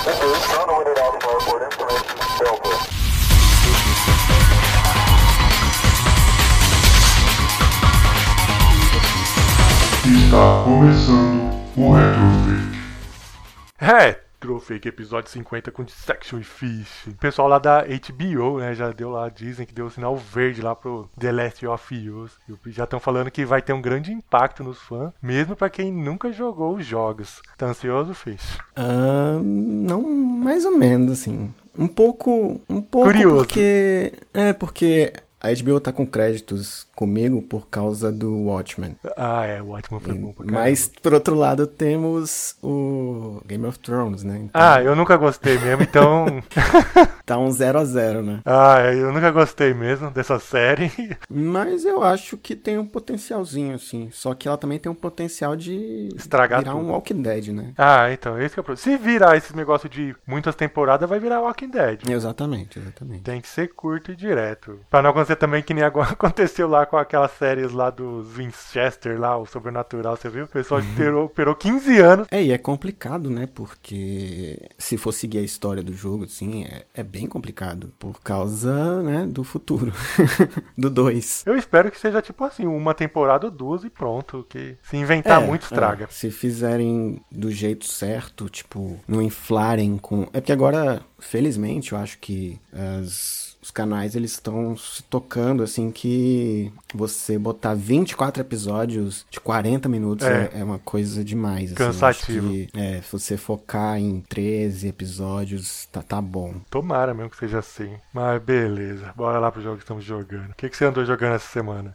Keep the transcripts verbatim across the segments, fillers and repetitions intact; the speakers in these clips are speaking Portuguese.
Está começando o Retrofake. Retrofake, episódio cinquenta com Dissection e Fish. O pessoal lá da H B O, né, já deu lá, dizem que deu o sinal verde lá pro The Last of Us. Já estão falando que vai ter um grande impacto nos fãs, mesmo pra quem nunca jogou os jogos. Tá ansioso, Fish? Ah, não, mais ou menos, assim. Um pouco, um pouco Curioso. porque... É, porque a H B O tá com créditos comigo por causa do Watchmen. Ah, é, o Watchmen foi bom pra caramba. Mas, por outro lado, temos o Game of Thrones, né? Então, Ah, eu nunca gostei mesmo, então... tá um zero a zero, né? Ah, eu nunca gostei mesmo dessa série. Mas eu acho que tem um potencialzinho, assim. Só que ela também tem um potencial de Estragar virar tudo. um Walking Dead, né? Ah, então, esse que é o problema. Se virar esse negócio de muitas temporadas, vai virar Walking Dead. Exatamente, exatamente. Tem que ser curto e direto. Pra não acontecer também que nem agora aconteceu lá com aquelas séries lá dos Winchester, lá, o Sobrenatural, você viu? O pessoal esperou, esperou quinze anos. É, e é complicado, né? Porque se for seguir a história do jogo, assim, é, é bem complicado. Por causa, né, do futuro. do dois. Eu espero que seja tipo assim, uma temporada ou duas e pronto. Que se inventar É, muito, estraga. é. Se fizerem do jeito certo, tipo, não inflarem com... É porque agora, felizmente, eu acho que as... Os canais, eles estão se tocando, assim, que você botar vinte e quatro episódios de quarenta minutos é, é, é uma coisa demais. Assim. Cansativo. Acho que, é, se você focar em treze episódios, tá, tá bom. Tomara mesmo que seja assim. Mas beleza, bora lá pro jogo que estamos jogando. O que, que você andou jogando essa semana?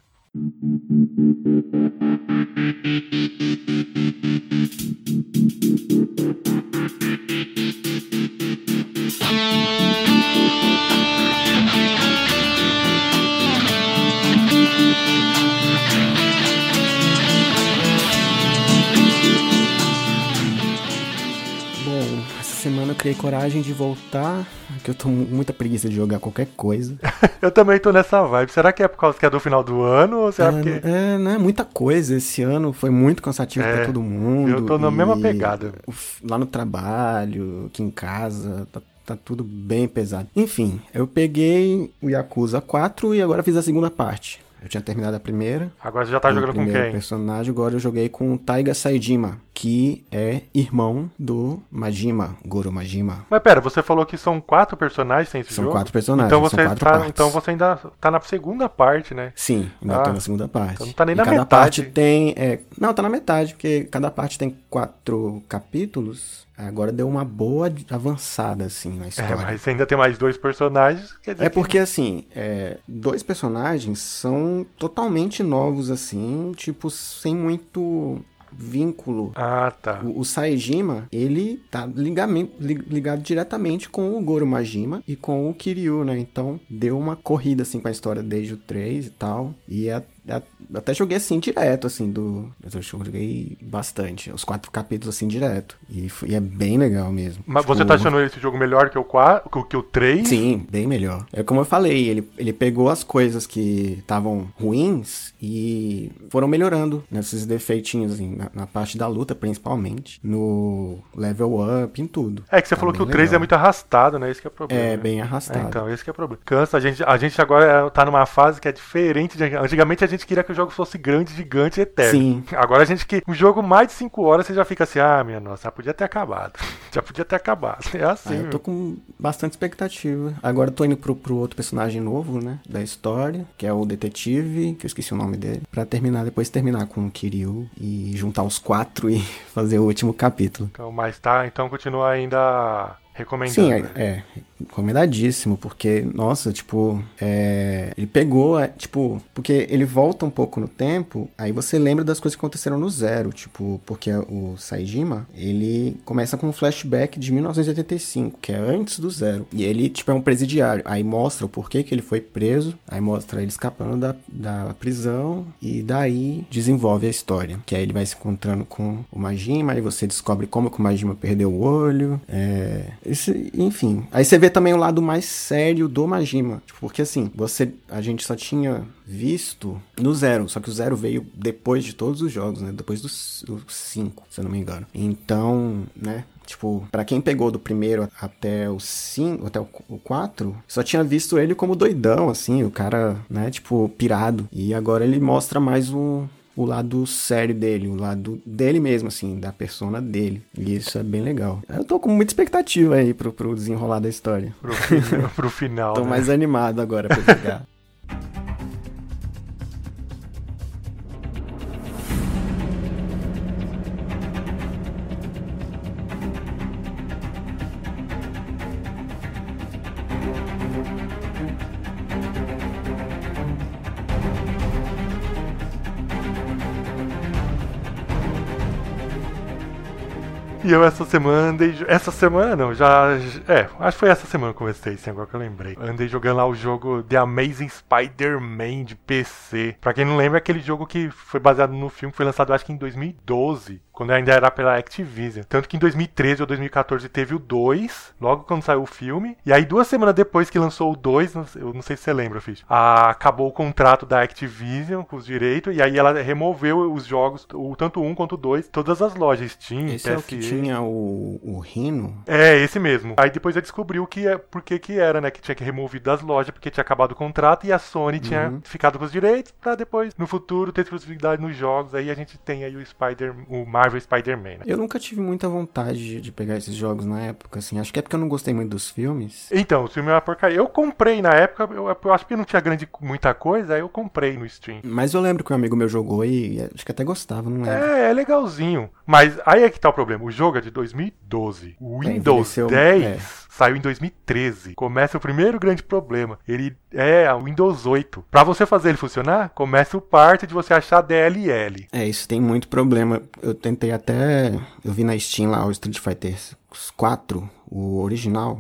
Semana eu criei coragem de voltar, porque eu tô com muita preguiça de jogar qualquer coisa. Eu também tô nessa vibe. Será que é por causa que é do final do ano? Ou será é, porque... é, né, muita coisa. Esse ano foi muito cansativo é, pra todo mundo. Eu tô na mesma pegada. Lá no trabalho, aqui em casa, tá, tá tudo bem pesado. Enfim, eu peguei o Yakuza quatro e agora fiz a segunda parte. Eu tinha terminado a primeira. Agora você já tá jogando com quem? Personagem, agora eu joguei com o Taiga Saejima, que é irmão do Majima, Goro Majima. Mas pera, você falou que são quatro personagens sem esse são jogo? São quatro personagens, então você são quatro tá, partes. Então você ainda tá na segunda parte, né? Sim, ainda ah, tô na segunda parte. Então não tá nem e na cada metade. parte tem... É, não, tá na metade, porque cada parte tem quatro capítulos. Agora deu uma boa avançada, assim, na história. É, mas você ainda tem mais dois personagens, quer dizer É porque, que... assim, é, dois personagens são totalmente novos, assim, tipo, sem muito vínculo. Ah, tá. O, o Saejima, ele tá ligamento, ligado diretamente com o Goro Majima e com o Kiryu, né? Então, deu uma corrida, assim, com a história desde o três e tal. E é até joguei assim direto, assim, do... Eu joguei bastante, os quatro capítulos assim direto. E, e é bem legal mesmo. Mas tipo, você tá achando esse jogo melhor que o quatro, que o três? Sim, bem melhor. É como eu falei, ele, ele pegou as coisas que estavam ruins e foram melhorando nesses defeitinhos, assim, na, na parte da luta, principalmente. No level up, em tudo. É que você tá falou que o legal. três é muito arrastado, né? Esse que é o problema. É, né? bem arrastado. É, então, esse que é o problema. Cansa, a gente, a gente agora tá numa fase que é diferente. De... Antigamente a gente queria que o jogo fosse grande, gigante e eterno. Sim. Agora a gente que um jogo mais de cinco horas você já fica assim, ah, minha nossa, já podia ter acabado. Já podia ter acabado. É assim. Ah, eu tô com bastante expectativa. Agora eu tô indo pro, pro outro personagem novo, né, da história, que é o detetive, que eu esqueci o nome dele, pra terminar, depois terminar com o Kiryu e juntar os quatro e fazer o último capítulo. Então, mas tá, então continua ainda recomendando. Sim, é, é recomendadíssimo, porque, nossa, tipo, é, ele pegou, é, tipo, porque ele volta um pouco no tempo, aí você lembra das coisas que aconteceram no Zero, tipo, porque o Saejima, ele começa com um flashback de mil novecentos e oitenta e cinco, que é antes do Zero, e ele, tipo, é um presidiário, aí mostra o porquê que ele foi preso, aí mostra ele escapando da, da prisão, e daí desenvolve a história, que aí ele vai se encontrando com o Majima, aí você descobre como que o Majima perdeu o olho, é... Esse, enfim, aí você vê também o lado mais sério do Majima, tipo, porque assim, você, a gente só tinha visto no Zero, só que o Zero veio depois de todos os jogos, né, depois dos cinco, se eu não me engano. Então, né, Tipo, pra quem pegou do primeiro até o cinco, até o quatro, só tinha visto ele como doidão, assim, o cara, né, tipo, pirado. E agora ele mostra mais o, o lado sério dele, o lado dele mesmo, assim, da persona dele. E isso é bem legal. Eu tô com muita expectativa aí pro, pro desenrolar da história. Pro, final, pro final, Tô né? mais animado agora pra jogar. E eu essa semana andei... Essa semana não, já... É, acho que foi essa semana que eu comecei, sim, agora que eu lembrei. Andei jogando lá o jogo The Amazing Spider-Man de P C. Pra quem não lembra, é aquele jogo que foi baseado no filme que foi lançado, acho que em dois mil e doze. Quando ainda era pela Activision. Tanto que em dois mil e treze ou dois mil e quatorze teve o dois, logo quando saiu o filme. E aí duas semanas depois que lançou o dois, eu não sei se você lembra, Fish, acabou o contrato da Activision com os direitos, e aí ela removeu os jogos, o, tanto um quanto o dois, todas as lojas, Steam, Esse P S E. é o que tinha o, o Rhino? É, esse mesmo. Aí depois eu descobri o que é, por que que era, né, que tinha que remover das lojas, porque tinha acabado o contrato e a Sony tinha Uhum. ficado com os direitos pra depois, no futuro, ter exclusividade nos jogos. Aí a gente tem aí o Spider, o Marvel Spider-Man, né? Eu nunca tive muita vontade de, de pegar esses jogos na época, assim. Acho que é porque eu não gostei muito dos filmes. Então, o filme é uma porcaria. Eu comprei na época, eu, eu acho que não tinha grande muita coisa, aí eu comprei no Steam. Mas eu lembro que um amigo meu jogou e acho que até gostava, não lembro. É, é legalzinho. Mas aí é que tá o problema. O jogo é de dois mil e doze. O É, Windows envelheceu- dez é. saiu em dois mil e treze. Começa o primeiro grande problema. Ele é o Windows oito. Pra você fazer ele funcionar, começa o parte de você achar D L L. É, isso tem muito problema. Eu tentei até... Eu vi na Steam lá o Street Fighter quatro, o original,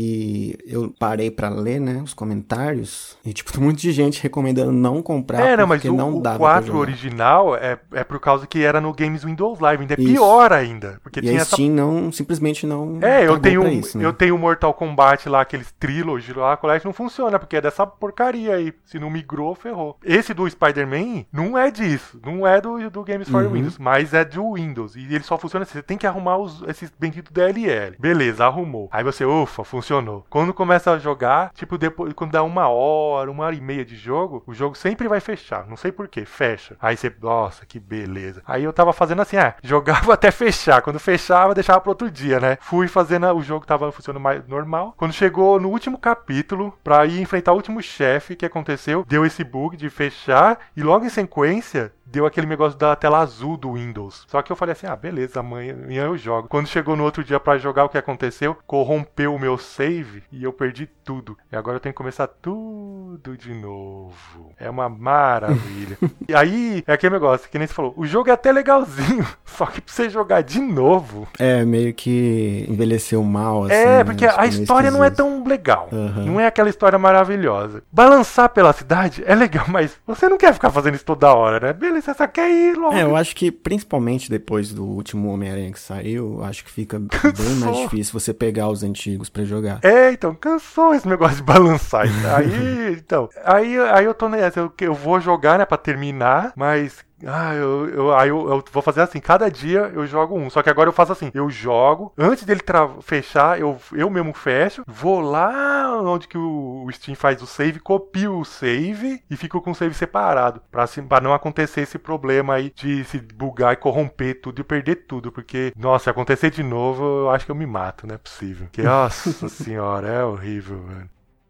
e eu parei pra ler, né, os comentários, e tipo, tem muita gente recomendando não comprar É, não, mas porque o, não o dava pra quatro jogar. original é, é por causa que era no Games Windows Live. Ainda é Isso. pior ainda. Porque E tinha a essa Steam não, simplesmente não É, eu pagou tenho, pra isso, né? eu tenho o Mortal Kombat lá, aqueles Trilogy lá, Collection, não funciona, porque é dessa porcaria aí. Se não migrou, ferrou. Esse do Spider-Man não é disso, não é do, do Games for Uhum. Windows, mas é do Windows. E ele só funciona assim, você tem que arrumar os, esses benditos D L L. Beleza, arrumou. Aí você, ufa, funcionou. Quando começa a jogar, tipo, depois, quando dá uma hora, uma hora e meia de jogo, o jogo sempre vai fechar, não sei porquê, fecha. Aí você, nossa, que beleza. Aí eu tava fazendo assim, ah, jogava até fechar. Quando fechava, deixava pro outro dia, né? Fui fazendo, o jogo tava funcionando mais normal. Quando chegou no último capítulo, pra ir enfrentar o último chefe, que aconteceu? Deu esse bug de fechar e logo em sequência deu aquele negócio da tela azul do Windows. Só que eu falei assim, ah, beleza, amanhã, amanhã eu jogo. Quando chegou no outro dia pra jogar, o que aconteceu? Corrompeu o meu save e eu perdi tudo. E agora eu tenho que começar tudo de novo. É uma maravilha. E aí, é aquele negócio, que nem você falou, o jogo é até legalzinho, só que pra você jogar de novo... É, meio que envelheceu mal, assim. É, né? porque Ficou a meio história não é esquisito. tão legal. Uhum. Não é aquela história maravilhosa. Balançar pela cidade é legal, mas você não quer ficar fazendo isso toda hora, né? Beleza, você só quer ir logo. É, eu acho que principalmente depois do último Homem-Aranha que saiu, eu acho que fica bem mais difícil você pegar os antigos pra jogar. É, então, cansou esse negócio de balançar. Aí, então, aí, aí eu tô nessa, eu, eu vou jogar, né, pra terminar, mas... Ah, eu, eu, aí eu, eu vou fazer assim, cada dia eu jogo um. Só que agora eu faço assim, eu jogo, antes dele tra- fechar, eu, eu mesmo fecho, vou lá onde que o, o Steam faz o save, copio o save e fico com o save separado. Pra, assim, pra não acontecer esse problema aí de se bugar e corromper tudo e perder tudo. Porque, nossa, se acontecer de novo, eu acho que eu me mato, não é possível. Porque, nossa senhora, é horrível, mano.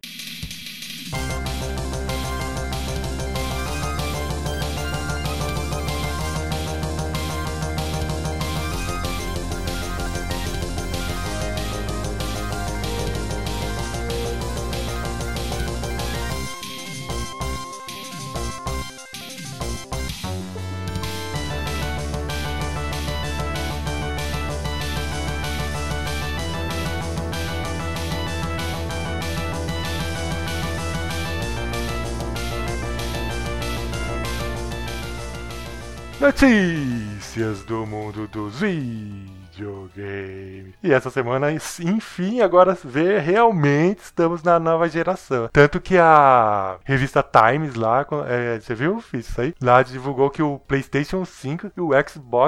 Notícias do mundo dos videogames. E essa semana, enfim, agora vê, realmente estamos na nova geração. Tanto que a revista Times lá, é, você viu isso aí? Lá divulgou que o PlayStation cinco e o Xbox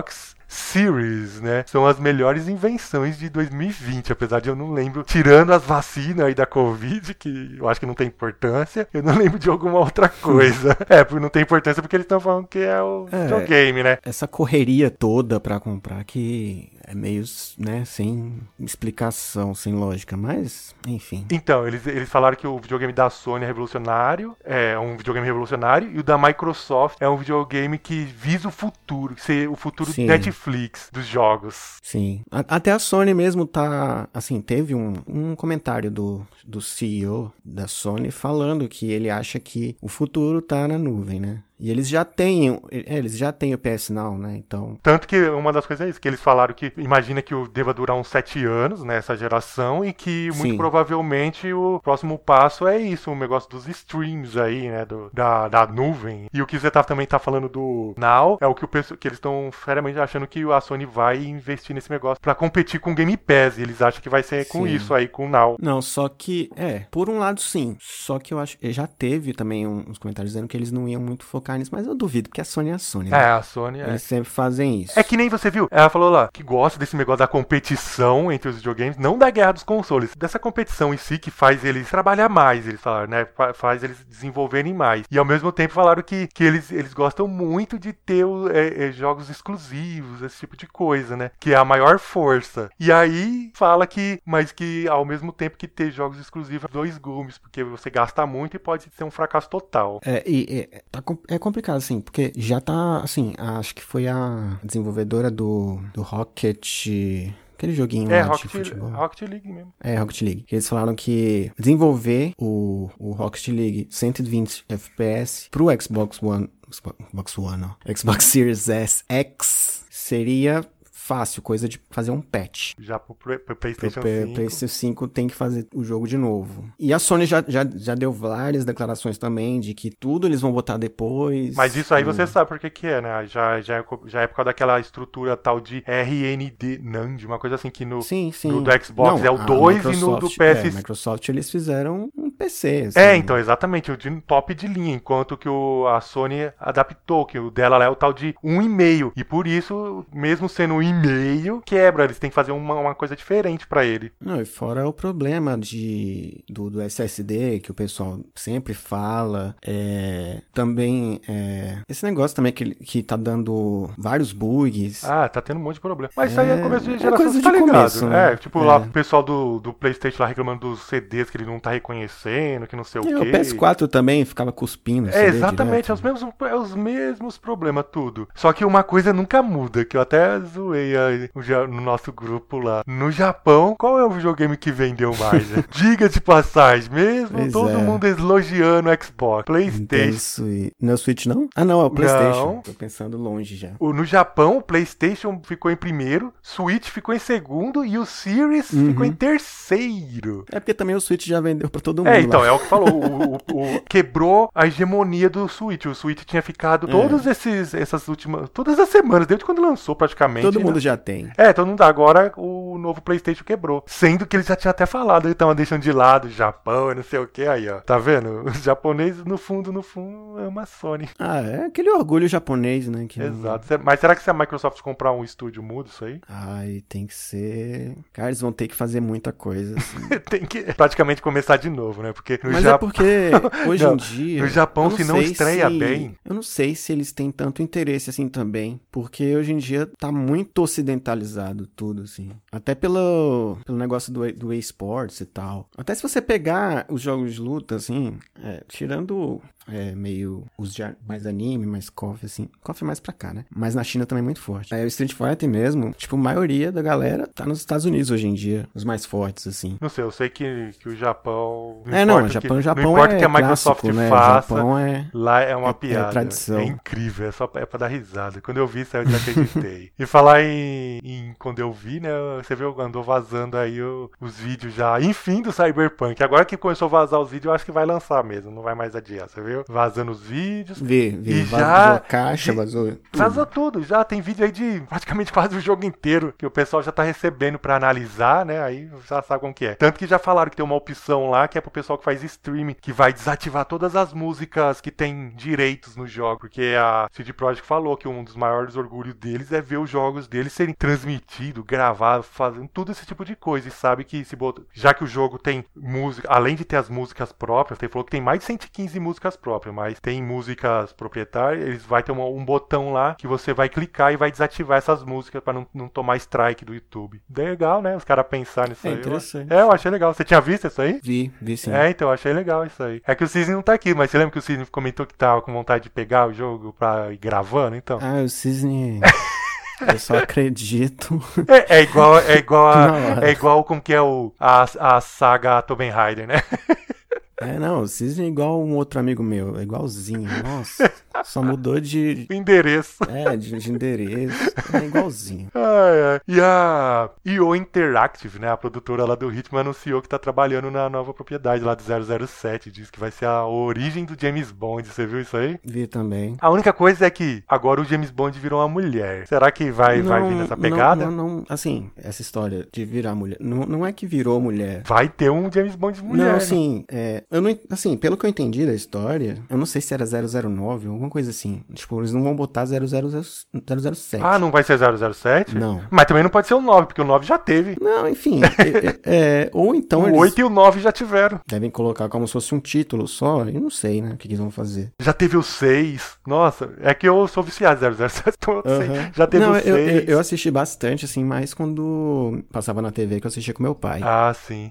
Series, né? São as melhores invenções de dois mil e vinte, apesar de eu não lembro, tirando as vacinas aí da Covid, que eu acho que não tem importância, eu não lembro de alguma outra coisa. É, porque não tem importância porque eles estão falando que é o É, videogame, né? Essa correria toda pra comprar que é meio, né, sem explicação, sem lógica, mas, enfim. Então, eles, eles falaram que o videogame da Sony é revolucionário, é um videogame revolucionário, e o da Microsoft é um videogame que visa o futuro, ser o futuro Sim. Netflix dos jogos. Sim. A- até a Sony mesmo tá, assim, teve um, um comentário do, do C E O da Sony falando que ele acha que o futuro tá na nuvem, né? E eles já têm, é, eles já têm o P S Now, né? Então, Tanto que uma das coisas é isso, que eles falaram que imagina que o deva durar uns sete anos, né, essa geração, e que muito Sim. provavelmente o próximo passo é isso, o negócio dos streams aí, né, do, da, da nuvem. E o que você tá, também tá falando do Now, é o que, o, pessoal- que eles estão seriamente achando que a Sony vai investir nesse negócio pra competir com o Game Pass, e eles acham que vai ser com Sim. isso aí, com o Now. não, só que, é, por um lado sim, só que eu acho, já teve também um- uns comentários dizendo que eles não iam muito focar nisso, mas eu duvido, porque a Sony é a Sony, né? É, a Sony é. Eles sempre fazem isso. É que nem você viu, ela falou lá que gosta desse negócio da competição entre os videogames, não da guerra dos consoles, dessa competição em si que faz eles trabalhar mais, eles falaram, né? Fa- Faz eles desenvolverem mais. E ao mesmo tempo falaram que, que eles, eles gostam muito de ter o- é, é, jogos exclusivos, esse tipo de coisa, né? Que é a maior força. E aí fala que, mas que ao mesmo tempo que ter jogos exclusivos, dois gumes, porque você gasta muito e pode ser um fracasso total. É, e, e, tá com- é complicado, assim, porque já tá, assim, acho que foi a desenvolvedora do, do Rocket, aquele joguinho É, lá de Rocket, futebol. Rocket League mesmo. É, Rocket League. Que eles falaram que desenvolver o, o Rocket League cento e vinte F P S pro Xbox One, Xbox One, ó, Xbox Series S X seria fácil, coisa de fazer um patch. Já pro, pro Pro PlayStation P- cinco. PlayStation cinco tem que fazer o jogo de novo. E a Sony já, já, já deu várias declarações também de que tudo eles vão botar depois. Mas isso aí O- você sabe por que que é, né? Já, já, é, co- já é por causa daquela estrutura tal de R N D, NAND, uma coisa assim que no, Sim, sim. no do Xbox Não, é o a dois e no do Microsoft- P S... É, Microsoft eles fizeram um P C. Assim. É, então, exatamente, o de top de linha, enquanto que o, a Sony adaptou, que o dela lá é o tal de um e meio. E por isso, mesmo sendo um e meio, quebra, eles têm que fazer uma, uma coisa diferente pra ele. Não, e fora o problema de, do, do S S D, que o pessoal sempre fala. É, também, é, esse negócio também que, que tá dando vários bugs. Ah, tá tendo um monte de problema. Mas isso aí é É, começo de é geração, coisa você de tá ligado, começo, né? né? Tipo, lá É. o pessoal do, do PlayStation lá reclamando dos C Ds que ele não tá reconhecendo, que não sei o E quê. o P S quatro também ficava cuspindo. É, C D exatamente, é os, direto. mesmos, é os mesmos problemas, tudo. Só que uma coisa nunca muda, que eu até zoei aí no ja- no nosso grupo lá. No Japão, qual é o videogame que vendeu mais? né? Diga de passagem, mesmo Pois todo é. mundo elogiando o Xbox, Nintendo PlayStation. Switch. Não é o Switch, não? Ah, não, é o PlayStation. Não. Tô pensando longe já. O- No Japão, o PlayStation ficou em primeiro, Switch ficou em segundo e o Series Uhum. ficou em terceiro. É porque também o Switch já vendeu pra todo mundo. É, então, lá. é o que falou. O, o- o- quebrou a hegemonia do Switch. O Switch tinha ficado É. todas esses, essas últimas. Todas as semanas, desde quando lançou praticamente. Todo né? mundo já tem. É, todo mundo. Agora o novo PlayStation quebrou. Sendo que eles já tinham até falado, eles estavam deixando de lado o Japão e não sei o que aí, ó. Tá vendo? Os japoneses, no fundo, no fundo, é uma Sony. Ah, é aquele orgulho japonês, né? Que não- Exato. Cê- Mas será que se a Microsoft comprar um estúdio muda isso aí? Ai, tem que ser. Cara, eles vão ter que fazer muita coisa. assim. Tem que praticamente começar de novo, né? Porque no Mas Japão. é porque hoje Não, em dia. no Japão, eu se não sei estreia se- bem- Eu não sei se eles têm tanto interesse assim também. Porque hoje em dia tá muito ocidentalizado tudo, assim. Até pelo, pelo negócio do, do eSports e tal. Até se você pegar os jogos de luta, assim, é, tirando. É meio os de a- mais anime, mais KOF, assim. KOF é mais pra cá, né? Mas na China também é muito forte. É, o Street Fighter mesmo, tipo, a maioria da galera tá nos Estados Unidos hoje em dia. Os mais fortes, assim. Não sei, eu sei que, que o Japão. é, não, importa o Japão, que, o Japão não importa é que a Microsoft clássico, né? faça. O Japão é... Lá é uma é- é piada. tradição. É incrível, é só pra, é pra dar risada. Quando eu vi isso, eu já acreditei. E falar em, em- Quando eu vi, né? Você viu, andou vazando aí o- os vídeos já, enfim, do Cyberpunk. Agora que começou a vazar os vídeos, eu acho que vai lançar mesmo, não vai mais adiar, você viu? Vazando os vídeos. Vi, vi. E Vazou já... a caixa, vazou tudo. Vazou tudo, já tem vídeo aí de praticamente quase o jogo inteiro, que o pessoal já tá recebendo pra analisar, né? Aí já sabe como que é. Tanto que já falaram que tem uma opção lá, que é pro pessoal que faz streaming, que vai desativar todas as músicas que tem direitos no jogo, porque a C D Projekt falou que um dos maiores orgulhos deles é ver os jogos deles serem transmitidos, gravados, fazendo tudo esse tipo de coisa, e sabe que se bot... já que o jogo tem música, além de ter as músicas próprias, ele falou que tem mais de cento e quinze músicas próprias, mas tem músicas proprietárias, eles vai ter uma, um botão lá que você vai clicar e vai desativar essas músicas pra não, não tomar strike do YouTube. Legal, né? Os caras pensarem nisso É aí. interessante. É, eu achei legal. Você tinha visto isso aí? Vi, vi sim. É, então, eu achei legal isso aí. É que o Cisne não tá aqui, mas você lembra que o Cisne comentou que tava com vontade de pegar o jogo pra ir gravando, então? Ah, o Cisne... Eu só acredito. É, é igual, é igual a, Na hora. é igual como que é o, a, a saga Tomb Raider, né? É, não, o Cisne é igual um outro amigo meu, é igualzinho. Nossa, só mudou de... O endereço. É, de, de endereço. É igualzinho. Ai, ai. E a E O Interactive, né, a produtora lá do Hitman, anunciou que tá trabalhando na nova propriedade lá do zero zero sete. Diz que vai ser a origem do James Bond. Você viu isso aí? Vi também. A única coisa é que agora o James Bond virou uma mulher. Será que vai, vai vir nessa pegada? Não, não, não, assim, essa história de virar mulher, não, não é que virou mulher. Vai ter um James Bond mulher. Não, né? assim, é, eu não, assim, pelo que eu entendi da história, eu não sei se era zero zero nove, alguma coisa assim. Tipo, eles não vão botar zero zero sete. Ah, não vai ser zero zero sete? Não. Mas também não pode ser o nove, porque o nove já teve. Não, enfim. é, é, ou então O eles oito e o nove já tiveram. devem colocar como se fosse um título só. Eu não sei, né? O que, que eles vão fazer. Já teve o seis. Nossa, é que eu sou viciado em zero zero sete, então eu sei. Aham. Já teve não, o eu, eu, seis. eu assisti bastante, assim, mais quando passava na T V, que eu assistia com meu pai. Ah, sim.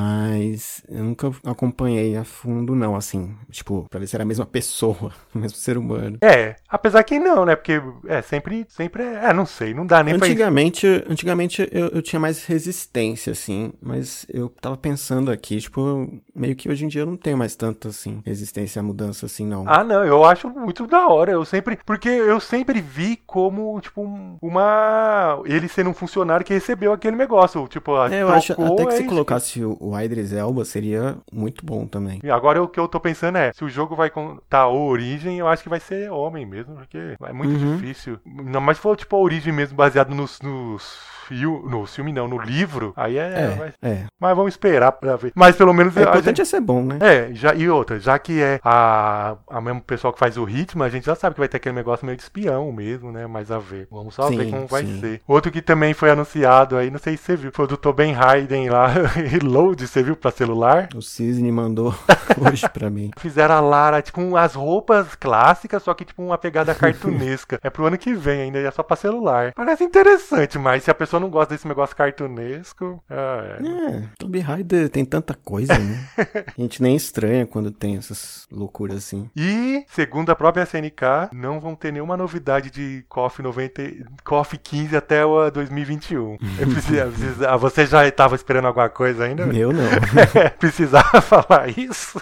Mas eu nunca acompanhei a fundo, não, assim. Tipo, pra ver se era a mesma pessoa, o mesmo ser humano. É, apesar que não, né? Porque é sempre, sempre é, é, não sei, não dá nem Antigamente, antigamente eu, eu tinha mais resistência, assim, mas eu tava pensando aqui, tipo, meio que hoje em dia eu não tenho mais tanto, assim, resistência à mudança, assim, não. pra... Ah, não, eu acho muito da hora. Eu sempre, porque eu sempre vi como, tipo, um- uma ele sendo um funcionário que recebeu aquele negócio, tipo, É, eu acho trocou, até que é se isso. colocasse o, o Idris Elba seria muito bom também. E agora o que eu tô pensando é, se o jogo vai contar a origem, eu acho que vai ser homem mesmo, porque é muito Uhum. difícil. Não, mas se for tipo a origem mesmo baseado nos, nos filme, no filme não, no livro, aí é, É, vai- é. mas vamos esperar pra ver. Mas pelo menos O a importante gente... é ser bom, né? É, já, e outra, já que é a, a mesmo pessoal que faz o ritmo, a gente já sabe que vai ter aquele negócio meio de espião mesmo, né? Mas a ver. Vamos só Sim, ver como vai sim. ser. Outro que também foi anunciado aí, não sei se você viu, foi o do Tobin Hayden lá, Reload, você viu, pra celular? O Cisne mandou hoje pra mim. Fizeram a Lara, tipo, um- as roupas clássicas, só que, tipo, uma pegada cartunesca. É pro ano que vem ainda, é só pra celular. Parece interessante, mas se a pessoa não gosta desse negócio cartunesco... Ah, é. É, Tomb Raider tem tanta coisa, né? A gente nem estranha quando tem essas loucuras assim. E, segundo a própria S N K, não vão ter nenhuma novidade de K O F noventa, K O F quinze até o dois mil e vinte e um. Eu precisa- precisa- você já estava esperando alguma coisa ainda? Eu não. Precisava falar isso?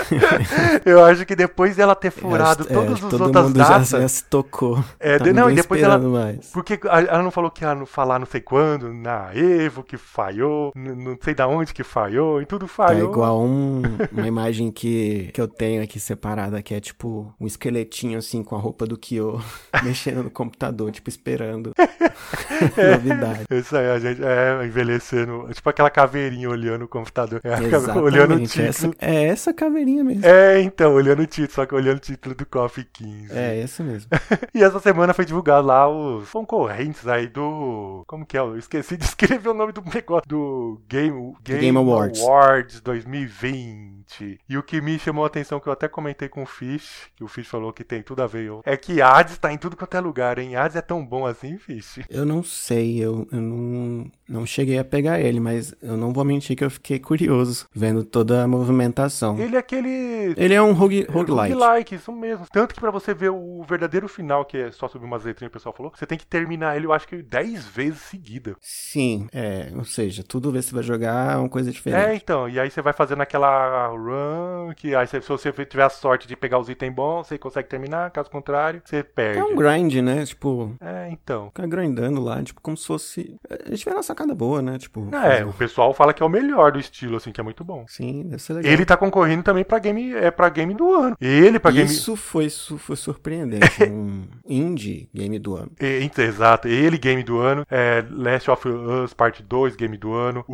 Eu acho que depois dela ter furado Eu acho- é, todas acho que as todo outras mundo já, datas... já se tocou. É, Tá de- não, e ninguém depois ela. esperando mais. Porque a- ela não falou que ia não falar não sei quando, na Evo que falhou, n- não sei da onde que falhou, e tudo Tá falhou. igual um, uma imagem que, que eu tenho aqui separada, que é tipo um esqueletinho assim com a roupa do Kyo mexendo no computador, tipo esperando novidade. Isso aí, a gente é envelhecendo. Tipo aquela caveirinha olhando o computador. É, a cave- Exatamente, olhando o título. essa, é essa caveirinha mesmo. É, então, olhando o título, só que olhando o título do K O F quinze. É, essa mesmo. E essa semana foi divulgado lá os concorrentes aí do. Como que é? Eu esqueci de escrever o nome do negócio. Do Game, Game Awards. Awards dois mil e vinte. E o que me chamou a atenção, que eu até comentei com o Fish, que o Fish falou que tem tudo a ver, é que Hades tá em tudo quanto é lugar, hein? Hades é tão bom assim, Fish. Eu não sei, eu, eu não, não cheguei a pegar ele, mas eu não vou mentir que eu fiquei curioso vendo toda a movimentação. Ele é aquele. Ele é um rogue, roguelite. Roguelike, isso mesmo. Tanto que pra você ver o verdadeiro final, que é só subir umas letrinhas que o pessoal falou, você tem que terminar ele, eu acho que dez vezes seguida. Sim, é, ou seja, tudo vez que você vai jogar é uma coisa É, diferente. então, e aí você vai fazendo aquela run, que aí se você tiver a sorte de pegar os itens bons, você consegue terminar, caso contrário, você perde. É um grind, né? Tipo, É, então. ficar grindando lá, tipo, como se fosse... A gente vê uma sacada boa, né? Tipo... É, fazer- o pessoal fala que é o melhor do estilo, assim, que é muito bom. Sim, deve ser legal. Ele tá concorrendo também pra game, é pra game do ano. Ele pra game... Isso foi, su- foi surpreendente. um indie game do ano. E- Exato, ele game do ano, é, Last of Us Part dois game do ano,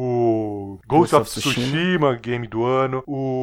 o Ghost, Ghost of, of Tsushima. Tsushima game do ano,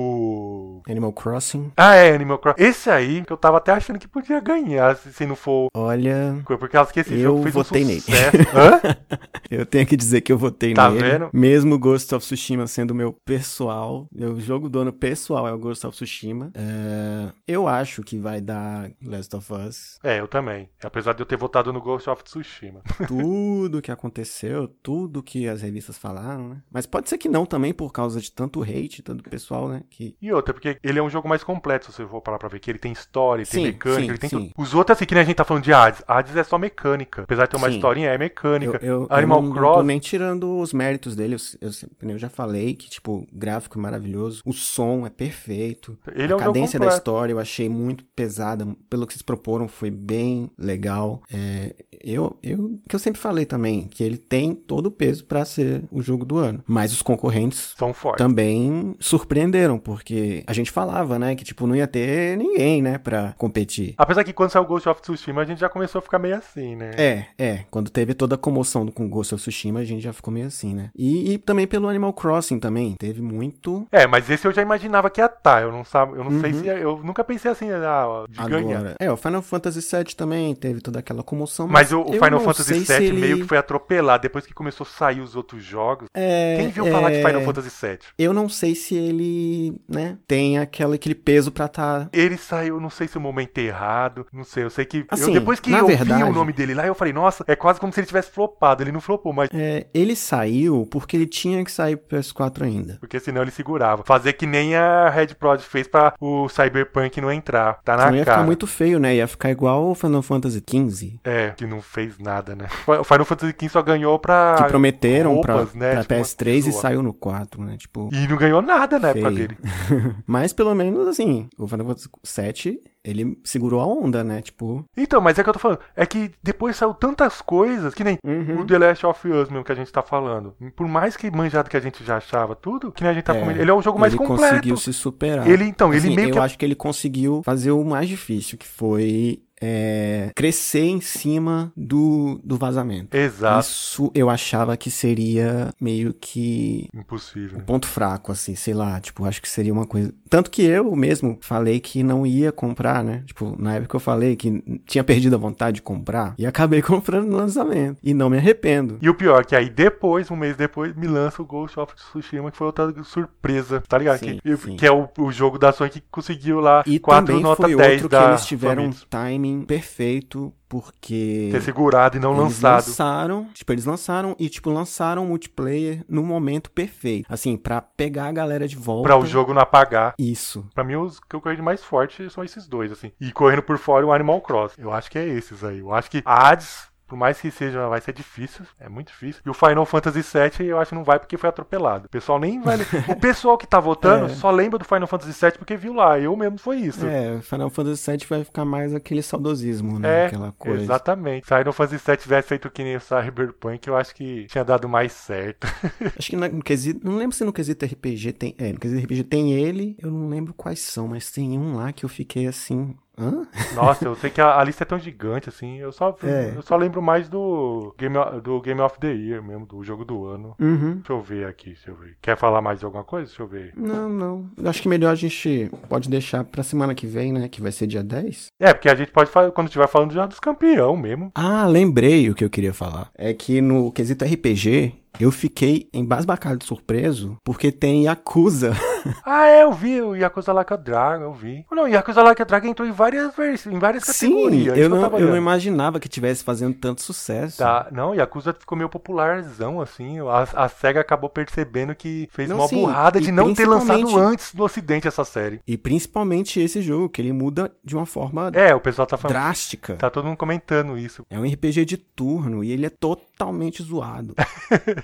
o... Animal Crossing. Ah, é, Animal Crossing. Esse aí, que eu tava até achando que podia ganhar, se, se não for... Olha, Porque acho que esse Eu jogo fez votei um nele. sucesso. Hã? eu tenho que dizer que eu votei Tá nele. vendo? Mesmo Ghost of Tsushima sendo meu pessoal, meu jogo do ano pessoal é o Ghost of Tsushima. É, eu acho que vai dar Last of Us. É, eu também. Apesar de eu ter votado no Ghost of Tsushima. Tudo que aconteceu, tudo que as revistas falaram, né? Mas pode ser que não também por causa de tanto hate, tanto pessoal, né? Que... E outra, porque ele é um jogo mais completo, se você for parar pra ver, que ele tem história, ele tem Sim, mecânica, sim, ele tem sim. tudo. Os outros, assim, que nem a gente tá falando de Hades. Hades é só mecânica. Apesar de ter uma Sim. historinha, é mecânica. Eu, eu, Animal eu não, não tô Crossing... nem tirando os méritos dele. Eu, eu, sempre- eu já falei que, tipo, gráfico é maravilhoso, o som é perfeito, Ele é a um jogo cadência da completo. história eu achei muito pesada, pelo que vocês proporam foi bem legal. É, eu, eu, que eu sempre falei também, que ele tem todo o peso pra ser o jogo do ano. Mas os concorrentes São fortes. também surpreenderam, porque a gente falava, né, que, tipo, não ia ter ninguém, né, pra competir. Apesar que quando saiu o Ghost of Tsushima, a gente já começou a ficar meio assim, né? É, é. Quando teve toda a comoção do- com Ghost of Tsushima, a gente já ficou meio assim, né? E, e também pelo Animal Crossing também. Teve muito. É, mas esse eu já imaginava que ia estar. Eu não sabe, eu não sei Uhum. se ia- eu nunca pensei assim, ah, de ganhar. Agora. É, o Final Fantasy sete também teve toda aquela comoção. Mas o, o eu Final não Fantasy sei se sete ele- meio que foi atropelado depois que começou a sair os outros jogos. É, Quem viu falar de é, Final Fantasy sete? Eu não sei se ele, né, tem aquela, aquele peso pra tá. Ele saiu, não sei se o momento errado, não sei, eu sei que eu, Assim, depois que na eu vi verdade- o nome dele lá, eu falei, nossa, é quase como se ele tivesse flopado, ele não flopou, mas É, ele saiu porque ele tinha que sair pro P S quatro ainda. porque senão ele segurava. Fazer que nem a Red Project fez pra o Cyberpunk não entrar, tá na Senão ia cara. ficar muito feio, né? Ia ficar igual o Final Fantasy quinze. É, que não fez nada, né? O Final Fantasy quinze só ganhou pra Que prometeram roupas, pra, né? pra Tipo, P S três e zoa. saiu no quatro, né? Tipo. E não ganhou nada na época feio. dele. Mas pelo menos assim, o Final Fantasy sete, ele segurou a onda, né? Tipo. Então, mas é que eu tô falando, é que depois saiu tantas coisas, que nem Uhum. o The Last of Us mesmo que a gente tá falando. Por mais que manjado que a gente já achava tudo, que nem a gente tá É, comendo, ele é o jogo mais ele completo. conseguiu se superar. Ele, então, ele Assim, meio eu que... acho que ele conseguiu fazer o mais difícil, que foi é, crescer em cima do, do vazamento. Exato. Isso eu achava que seria meio que Impossível. um né? ponto fraco, assim, sei lá, tipo, acho que seria uma coisa... Tanto que eu mesmo falei que não ia comprar, né? Tipo, na época eu falei que tinha perdido a vontade de comprar e acabei comprando no lançamento. E não me arrependo. E o pior, é que aí depois, um mês depois, me lança o Ghost of Tsushima, que foi outra surpresa, tá ligado? Sim, que, sim. que é o, o jogo da Sony que conseguiu lá E quatro também nota foi dez outro que da eles tiveram um Famitsu. timing perfeito, porque... Ter segurado e não Eles lançado. lançaram, tipo, eles lançaram e, tipo, lançaram o multiplayer no momento perfeito. Assim, pra pegar a galera de volta. Pra o jogo não apagar. Isso. Pra mim, os que eu corri de mais forte são esses dois, assim. E correndo por fora o Animal Cross. Eu acho que é esses aí. Eu acho que a Hades, por mais que seja, vai ser difícil. É muito difícil. E o Final Fantasy sete, eu acho que não vai porque foi atropelado. O pessoal nem vai... O pessoal que tá votando É. só lembra do Final Fantasy sete porque viu lá. Eu mesmo foi isso. É, Final Fantasy sete vai ficar mais aquele saudosismo, né? É, Aquela coisa. exatamente. Se Final Fantasy sete tivesse feito que nem o Cyberpunk, eu acho que tinha dado mais certo. Acho que na- no quesito. Não lembro se no quesito R P G tem. É, no quesito R P G tem ele. Eu não lembro quais são, mas tem um lá que eu fiquei assim. Hã? Nossa, eu sei que a, a lista é tão gigante, assim. Eu só, É. eu só lembro mais do Game, of- do Game of the Year mesmo, do jogo do ano. Uhum. Deixa eu ver aqui, deixa eu ver. Quer falar mais de alguma coisa? Deixa eu ver. Não, não. Eu acho que melhor a gente pode deixar pra semana que vem, né? Que vai ser dia dez. É, porque a gente pode falar quando estiver falando já dos campeão mesmo. Ah, lembrei o que eu queria falar. É que no quesito R P G, eu fiquei embasbacado, surpreso, porque tem Yakuza. Ah, é, eu vi o Yakuza Like a Dragon, eu vi. Não, o Yakuza Like a Dragon entrou em várias vers... em várias Sim, categorias. isso eu que não, tava eu não olhando. imaginava que tivesse fazendo tanto sucesso. Tá, não, Yakuza ficou meio popularzão, assim. A, a SEGA acabou percebendo que fez Não, uma sim, burrada e de não ter lançado principalmente- antes no ocidente essa série. E principalmente esse jogo, que ele muda de uma forma É, o pessoal tá falando. drástica. Tá todo mundo comentando isso. É um R P G de turno e ele é totalmente zoado.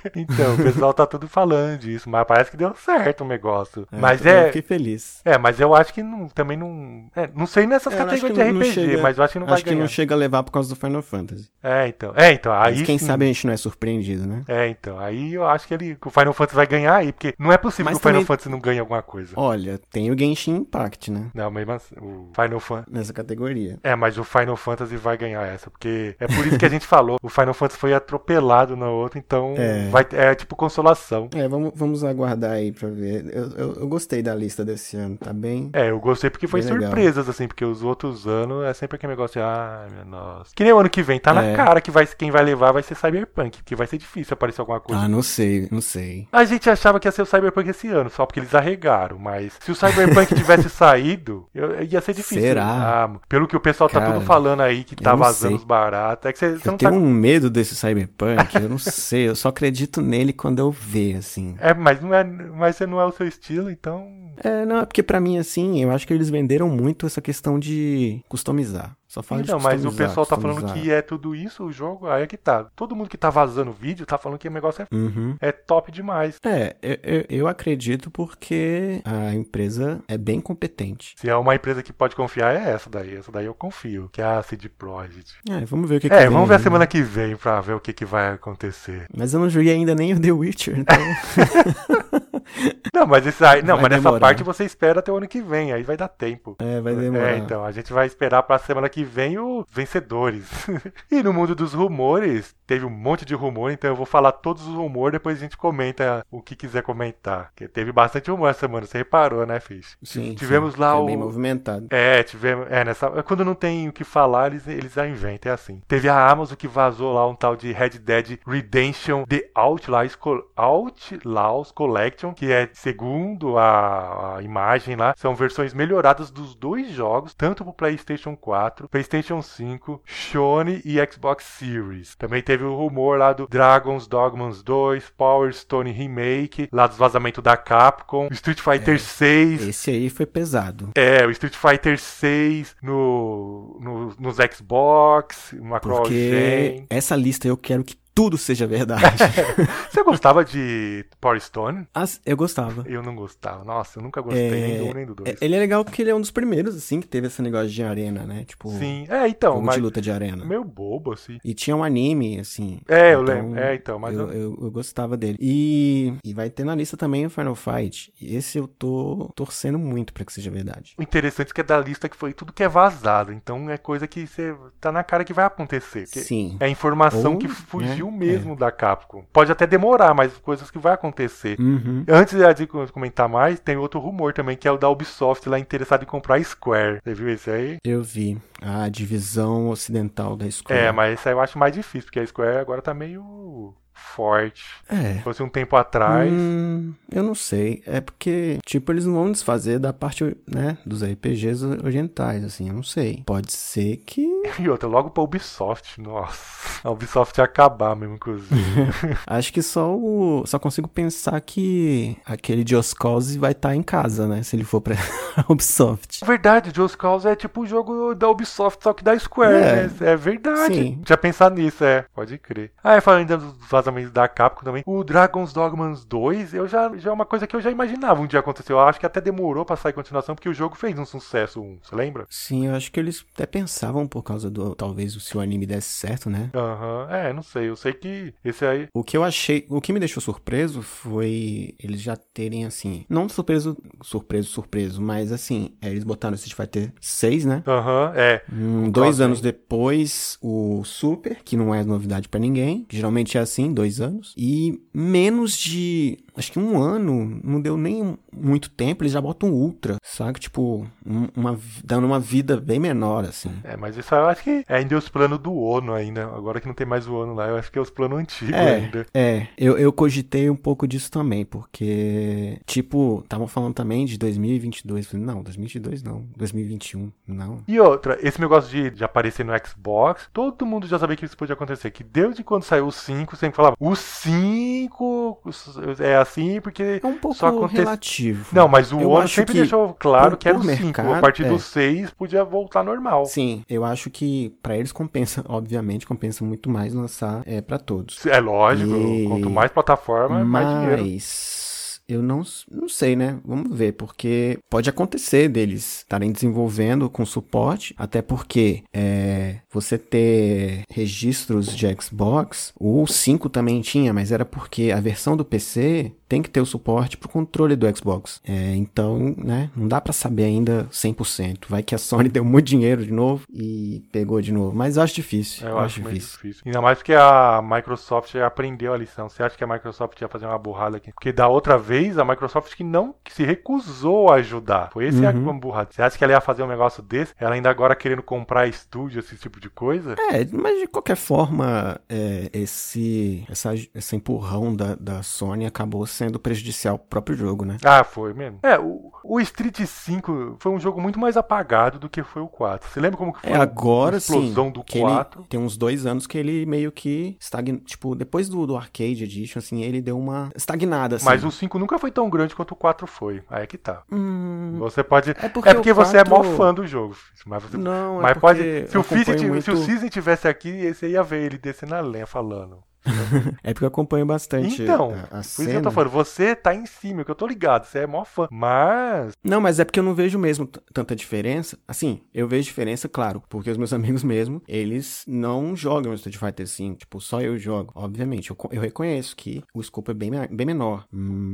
Então, o pessoal tá tudo falando disso, mas parece que deu certo o negócio. É, mas eu é. fiquei feliz. É, mas eu acho que não, também não. É, não sei nessas É, eu acho categorias que de não- R P não G, chega- mas eu acho que não vai Acho que ganhar. não chega a levar por causa do Final Fantasy. É, então. É, então. Aí Mas quem sim. sabe a gente não é surpreendido, né? É, então. Aí eu acho que, ele, que o Final Fantasy vai ganhar aí, porque não é possível Mas que o Final também- Fantasy não ganhe alguma coisa. Olha, tem o Genshin Impact, né? Não, mesmo assim, o Final Fantasy. Nessa categoria. É, mas o Final Fantasy vai ganhar essa, porque é por isso que a gente falou. O Final Fantasy foi atropelado na outra, então É. vai, é tipo consolação. É, vamos, vamos aguardar aí pra ver. Eu, eu, eu gostei da lista desse ano, tá bem? É, eu gostei porque foi Bem legal. surpresas, assim, porque os outros anos é sempre aquele negócio de, ai, meu nossa. Que nem o ano que vem, tá na É. cara que vai, quem vai levar vai ser Cyberpunk, que vai ser difícil aparecer alguma coisa. Ah, não sei, não sei. A gente achava que ia ser o Cyberpunk esse ano, só porque eles arregaram, mas se o Cyberpunk tivesse saído, eu- ia ser difícil. Será? Ah, pelo que o pessoal tá Cara, tudo falando aí, que tá eu não vazando sei. os baratos, é que você, você Eu não tenho tá... um medo desse Cyberpunk, eu não sei, eu só acredito nele quando eu ver, assim. É, mas, não é, mas você não é o seu estilo, então... É, não, é porque pra mim, assim, eu acho que eles venderam muito essa questão de customizar. Só fala Então, de mas customizar, o pessoal tá falando customizar. que é tudo isso, o jogo, aí é que tá. Todo mundo que tá vazando vídeo tá falando que o negócio é, Uhum. é top demais. É, eu, eu, eu acredito porque a empresa é bem competente. Se é uma empresa que pode confiar, é essa daí. Essa daí eu confio, que é a C D Projekt. É, vamos ver o que que É, vem vamos ver a aí, semana né? que vem pra ver o que, que vai acontecer. Mas eu não joguei ainda nem o The Witcher, então... Não, mas esse aí, não, Vai mas nessa demorar. parte você espera até o ano que vem, aí vai dar tempo. É, vai demorar. É, então, a gente vai esperar pra semana que vem os vencedores. E no mundo dos rumores, teve um monte de rumor, então eu vou falar todos os rumores, depois a gente comenta o que quiser comentar. Porque teve bastante rumor essa semana, você reparou, né, Fish? Sim, Tivemos sim, lá foi o... bem movimentado. É, tivemos. É, nessa. Quando não tem o que falar, eles, eles já inventam, é assim. Teve a Amazon que vazou lá um tal de Red Dead Redemption The Outlaws, Co- Outlaws Collection, que é, segundo a, a imagem lá, são versões melhoradas dos dois jogos, tanto pro PlayStation quatro, PlayStation cinco, Sony e Xbox Series. Também teve o rumor lá do Dragon's Dogmas dois, Power Stone Remake, lá dos vazamentos da Capcom, Street Fighter seis. Esse aí foi pesado. É, o Street Fighter seis no, no, nos Xbox, uma Porque cross-gen. essa lista eu quero que tudo seja verdade. Você gostava de Power Stone? As- eu gostava. Eu não gostava. Nossa, eu nunca gostei nem do um nem do É, dois. ele é legal porque ele é um dos primeiros, assim, que teve esse negócio de arena, né? Tipo, Sim, é, então, jogo mas de luta de arena. meio bobo, assim. E tinha um anime, assim. É, eu então, lembro. É, então, mas eu, eu- eu, eu gostava dele. E, e vai ter na lista também o Final Fight. E esse eu tô torcendo muito pra que seja verdade. O interessante é que é da lista que foi tudo que é vazado. Então é coisa que você tá na cara que vai acontecer. Que Sim. é informação Ou, que fugiu né, mesmo da Capcom. Pode até demorar, mas coisas que vai acontecer. Uhum. Antes de comentar mais, tem outro rumor também, que é o da Ubisoft lá interessado em comprar a Square. Você viu esse aí? Eu vi a divisão ocidental da escola. É, mas esse aí eu acho mais difícil, porque a Square agora tá meio forte. É. Se fosse um tempo atrás. Hum, eu não sei. É porque, tipo, eles não vão desfazer da parte, né, dos R P Gs orientais, assim, eu não sei. Pode ser que... E outra, logo pra Ubisoft. Nossa. A Ubisoft ia acabar mesmo, inclusive. Acho que só o... Só consigo pensar que aquele Just Cause vai estar em casa, né, se ele for pra Ubisoft. Verdade, Just Cause é tipo o jogo da Ubisoft, só que da Square, É. né? É verdade. Sim. Tinha pensado nisso, é. Pode crer. Ah, e falando ainda dos vazamentos da Capcom também. O Dragon's Dogmas dois, eu já, já é uma coisa que eu já imaginava um dia acontecer. Eu acho que até demorou pra sair continuação, porque o jogo fez um sucesso, um, você lembra? Sim, eu acho que eles até pensavam por causa do... Talvez se o anime desse certo, né? Aham, é, não sei. Eu sei que esse aí. O que eu achei, o que me deixou surpreso foi eles já terem, assim, não surpreso, surpreso, surpreso, mas assim, é, eles botaram o Street Fighter seis, né? Aham, é. Hum, O dois Cross, anos hein? depois, o Super, que não é novidade pra ninguém, que geralmente é assim, dois anos, e menos de, acho que um ano, não deu nem muito tempo, eles já botam o Ultra, sabe? Tipo, um- uma, dando uma vida bem menor, assim. É, mas isso aí eu acho que é ainda os planos do Ono ainda. Agora que não tem mais o Ono lá, eu acho que é os planos antigos É, ainda. é, eu, eu cogitei um pouco disso também, porque, tipo, estavam falando também de dois mil e vinte e dois, falei, não, dois mil e vinte e dois não, dois mil e vinte e um, não. E outra, esse negócio de, de aparecer no Xbox, todo mundo já sabia que isso podia acontecer. Que desde quando saiu o cinco, sempre falava, o cinco é assim, porque É um pouco só acontece... relativo. Não, mas o Eu Ono acho sempre que deixou claro por- que era o por cinco. mercado, A partir é. do seis podia voltar normal. Sim, eu acho que pra eles compensa, obviamente, compensa muito mais lançar é, pra todos. É lógico, E- quanto mais plataforma, mais dinheiro. Mas eu não, não sei, né? Vamos ver, porque pode acontecer deles estarem desenvolvendo com suporte, até porque é, você ter registros de Xbox, o cinco também tinha, mas era porque a versão do P C tem que ter o suporte pro controle do Xbox. É, então, né, não dá pra saber ainda cem por cento. Vai que a Sony deu muito dinheiro de novo e pegou de novo. Mas eu acho difícil. Eu, eu acho meio difícil. difícil. Ainda mais porque a Microsoft já aprendeu a lição. Você acha que a Microsoft ia fazer uma burrada aqui? Porque da outra vez, a Microsoft que não que se recusou a ajudar. Foi esse Uhum. a burrada. Você acha que ela ia fazer um negócio desse? Ela ainda agora querendo comprar estúdio, esse tipo de coisa? É, mas de qualquer forma, é, esse essa, esse empurrão da, da Sony acabou sendo prejudicial pro próprio jogo, né? Ah, foi mesmo. É, o, o Street cinco foi um jogo muito mais apagado do que foi o quatro. Você lembra como que foi É, agora a explosão sim, do que quatro? ele tem uns dois anos que ele meio que estagna, tipo, depois do, do Arcade Edition, assim, ele deu uma estagnada, assim. Mas o cinco nunca foi tão grande quanto o quatro foi. Aí é que tá. Hum, Você pode... é porque, É porque o você é quatro... mó fã do jogo. Mas, você... Não, é mas porque pode... Se eu o, Fizz, acompanho muito... se o muito- Season tivesse aqui, você ia ver ele descendo a lenha falando. É porque eu acompanho bastante Então, a, a por isso cena. que eu tô falando. Você tá em cima, que eu tô ligado. Você é mó fã. Mas... Não, mas é porque eu não vejo mesmo t- tanta diferença. Assim, eu vejo diferença, claro, porque os meus amigos mesmo, eles não jogam Street Fighter cinco. Tipo, só eu jogo. Obviamente, eu, co- eu reconheço que o escopo é bem, me- bem menor.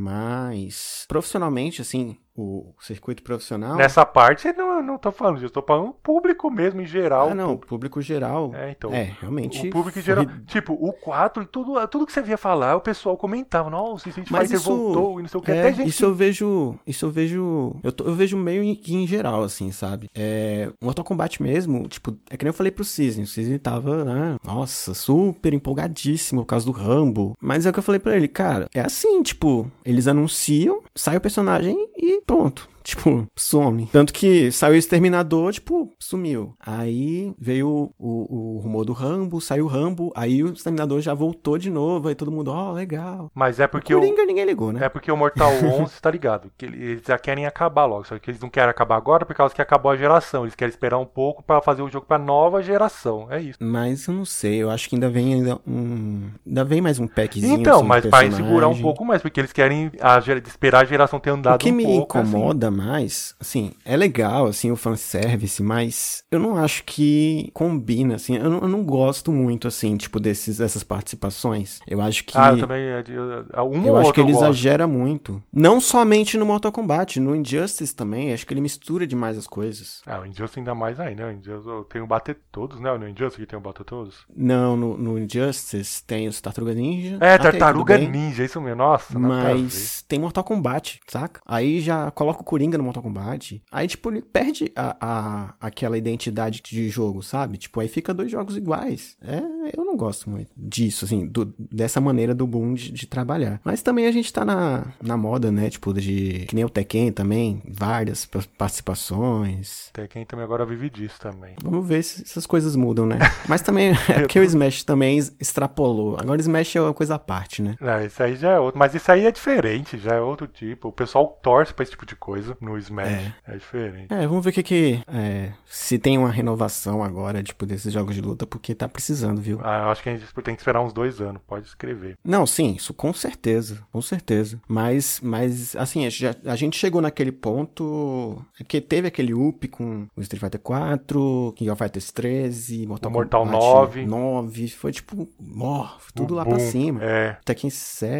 Mas, profissionalmente, assim, o circuito profissional... Nessa parte, eu não, eu não tô falando disso. Eu tô falando público mesmo, em geral. Ah, não, público. público geral... É, então. É, realmente... O público em foi- geral. Tipo, o quatro, tudo, tudo que você via falar, o pessoal comentava. Nossa, o Street Mas Fighter isso, voltou e não sei o que. é, Até gente. isso eu vejo, isso eu vejo, eu, tô- eu vejo meio em, em geral, assim, sabe? É, o Mortal Kombat mesmo, tipo, é que nem eu falei pro Cisne, o Cisne tava, né, nossa, super empolgadíssimo por causa do Rambo, mas é o que eu falei pra ele, cara, é assim, tipo, eles anunciam, sai o personagem e pronto. Tipo, some. Tanto que saiu o Exterminador, tipo, sumiu. Aí veio o, o, o rumor do Rambo, saiu o Rambo, aí o Exterminador já voltou de novo, aí todo mundo, ó, oh, legal. Mas é porque o o. Coringa ninguém ligou, né? É porque o Mortal onze, tá ligado? Que eles já querem acabar logo. Só que eles não querem acabar agora por causa que acabou a geração. Eles querem esperar um pouco pra fazer o jogo pra nova geração. É isso. Mas eu não sei, eu acho que ainda vem ainda um. Ainda vem mais um packzinho. Então, assim, mas de vai personagem. segurar um pouco mais, porque eles querem a, ger- esperar a geração ter andado O que um me pouco. assim. incomoda mais, assim, é legal, assim, o fanservice, mas eu não acho que combina, assim, eu não, eu não gosto muito, assim, tipo, desses, dessas participações. Eu acho que... Ah, eu também. é de- é Um Eu ou acho que outro ele eu gosto. exagera muito. Não somente no Mortal Kombat, no Injustice também, acho que ele mistura demais as coisas. Ah, o Injustice ainda mais aí, né? O Injustice eu tenho o Bater Todos, né? No Injustice que tem o Bater Todos. Não, no, no Injustice tem os Tartaruga Ninja. É, até aí Tartaruga tudo bem. Ninja, isso mesmo. Nossa, nada a ver. Mas tem Mortal Kombat, saca? Aí já coloca o Coringa no Mortal Kombat. Aí, tipo, ele perde a, a, aquela identidade de jogo, sabe? Tipo, aí fica dois jogos iguais. É, eu não gosto muito disso, assim, do, dessa maneira do Boom de, de trabalhar. Mas também a gente tá na, na moda, né? Tipo, de... Que nem o Tekken também, várias pa- participações. Tekken também agora vive disso também. Vamos ver se essas coisas mudam, né? Mas também é porque o Smash também es- extrapolou. Agora o Smash é uma coisa à parte, né? Não, isso aí já é outro. Mas isso aí é diferente, já é outro tipo. O pessoal torce pra esse tipo de coisa no Smash. É, diferente. É, vamos ver o que que... é, se tem uma renovação agora, tipo, desses jogos de luta, porque tá precisando, viu? Ah, eu acho que a gente tem que esperar uns dois anos. Pode escrever. Não, sim, isso com certeza, com certeza. Mas, mas assim, a gente, já- a gente chegou naquele ponto que teve aquele up com o Street Fighter quatro, King of Fighters treze, Mortal, Mortal Kombat nove. nove, foi tipo, ó, tudo O lá boom, pra cima. É. Tekken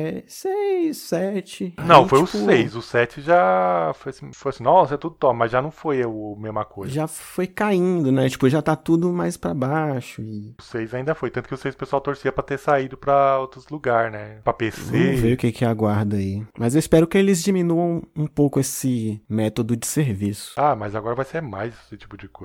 seis, sete. Não, aí, foi tipo, o seis. O sete já foi assim, foi assim, nossa, é tudo top, mas já não foi a mesma coisa. Já foi caindo, né? Tipo, já tá tudo mais pra baixo e... O seis ainda foi. Tanto que o seis o pessoal torcia pra ter saído pra outros lugares, né? Pra P C. Vamos ver o que que aguarda aí. Mas eu espero que eles diminuam um pouco esse método de serviço. Ah, mas agora vai ser mais esse tipo de coisa.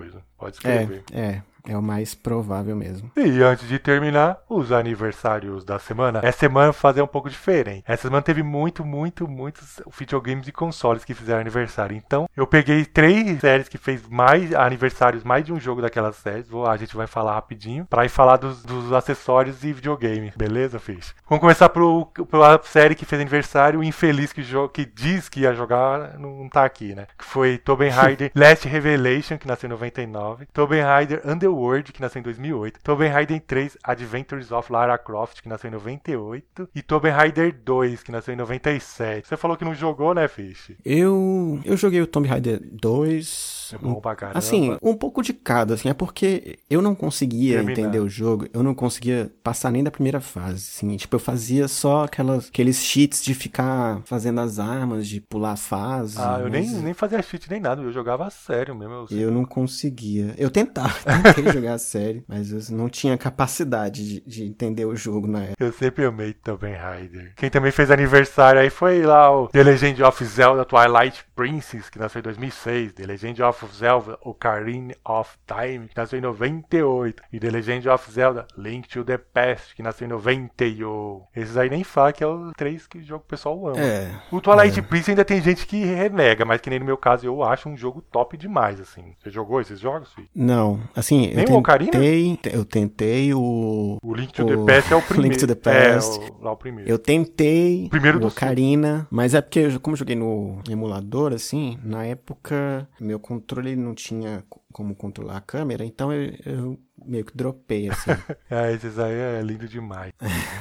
Pode escrever. É, é. É o mais provável mesmo. E antes de terminar, os aniversários da semana. Essa semana fazer um pouco diferente. Essa semana teve muito, muito, muitos videogames e consoles que fizeram aniversário. Então, eu peguei três séries que fez mais aniversários, mais de um jogo daquelas séries. Vou, a gente vai falar rapidinho pra ir falar dos, dos acessórios e videogames. Beleza, Fish? Vamos começar pro, pela série que fez aniversário. O infeliz que, jo- que diz que ia jogar, não tá aqui, né? Que foi Tomb Raider Last Revelation, que nasceu em noventa e nove. Tomb Raider Underworld, que nasceu em dois mil e oito, Tomb Raider três Adventures of Lara Croft, que nasceu em noventa e oito, e Tomb Raider dois, que nasceu em noventa e sete. Você falou que não jogou, né, Fish? Eu eu joguei o Tomb Raider dois. É bom pra caramba. Assim, um pouco de cada, assim, é porque eu não conseguia Terminar. entender o jogo, eu não conseguia passar nem da primeira fase, assim, tipo, eu fazia só aquelas, aqueles cheats de ficar fazendo as armas, de pular fase. Ah, eu nem, mas nem fazia cheat nem nada, eu jogava a sério mesmo. Eu, eu não conseguia. Eu tentava, tentei jogar a série, mas eu não tinha capacidade de, de entender o jogo na época. Eu sempre amei Tomb Raider. Quem também fez aniversário aí foi lá o The Legend of Zelda Twilight Princess, que nasceu em dois mil e seis. The Legend of Zelda Ocarina of Time, que nasceu em noventa e oito. E The Legend of Zelda Link to the Past, que nasceu em noventa e um. Esses aí nem fala que é os três que o jogo o pessoal ama. É. O Twilight é. Princess ainda tem gente que renega, mas que nem no meu caso eu acho um jogo top demais, assim. Você jogou esses jogos, filho? Não, assim, Nem eu o Ocarina? tentei, eu tentei o... O Link to o the Past é o primeiro. Link to the Past. É, o, lá o primeiro. Eu tentei Primeiro o do Ocarina, mas é porque, eu, como eu joguei no emulador, assim, na época, meu controle não tinha como controlar a câmera, então eu, eu meio que dropei, assim. É, esses aí é lindo demais.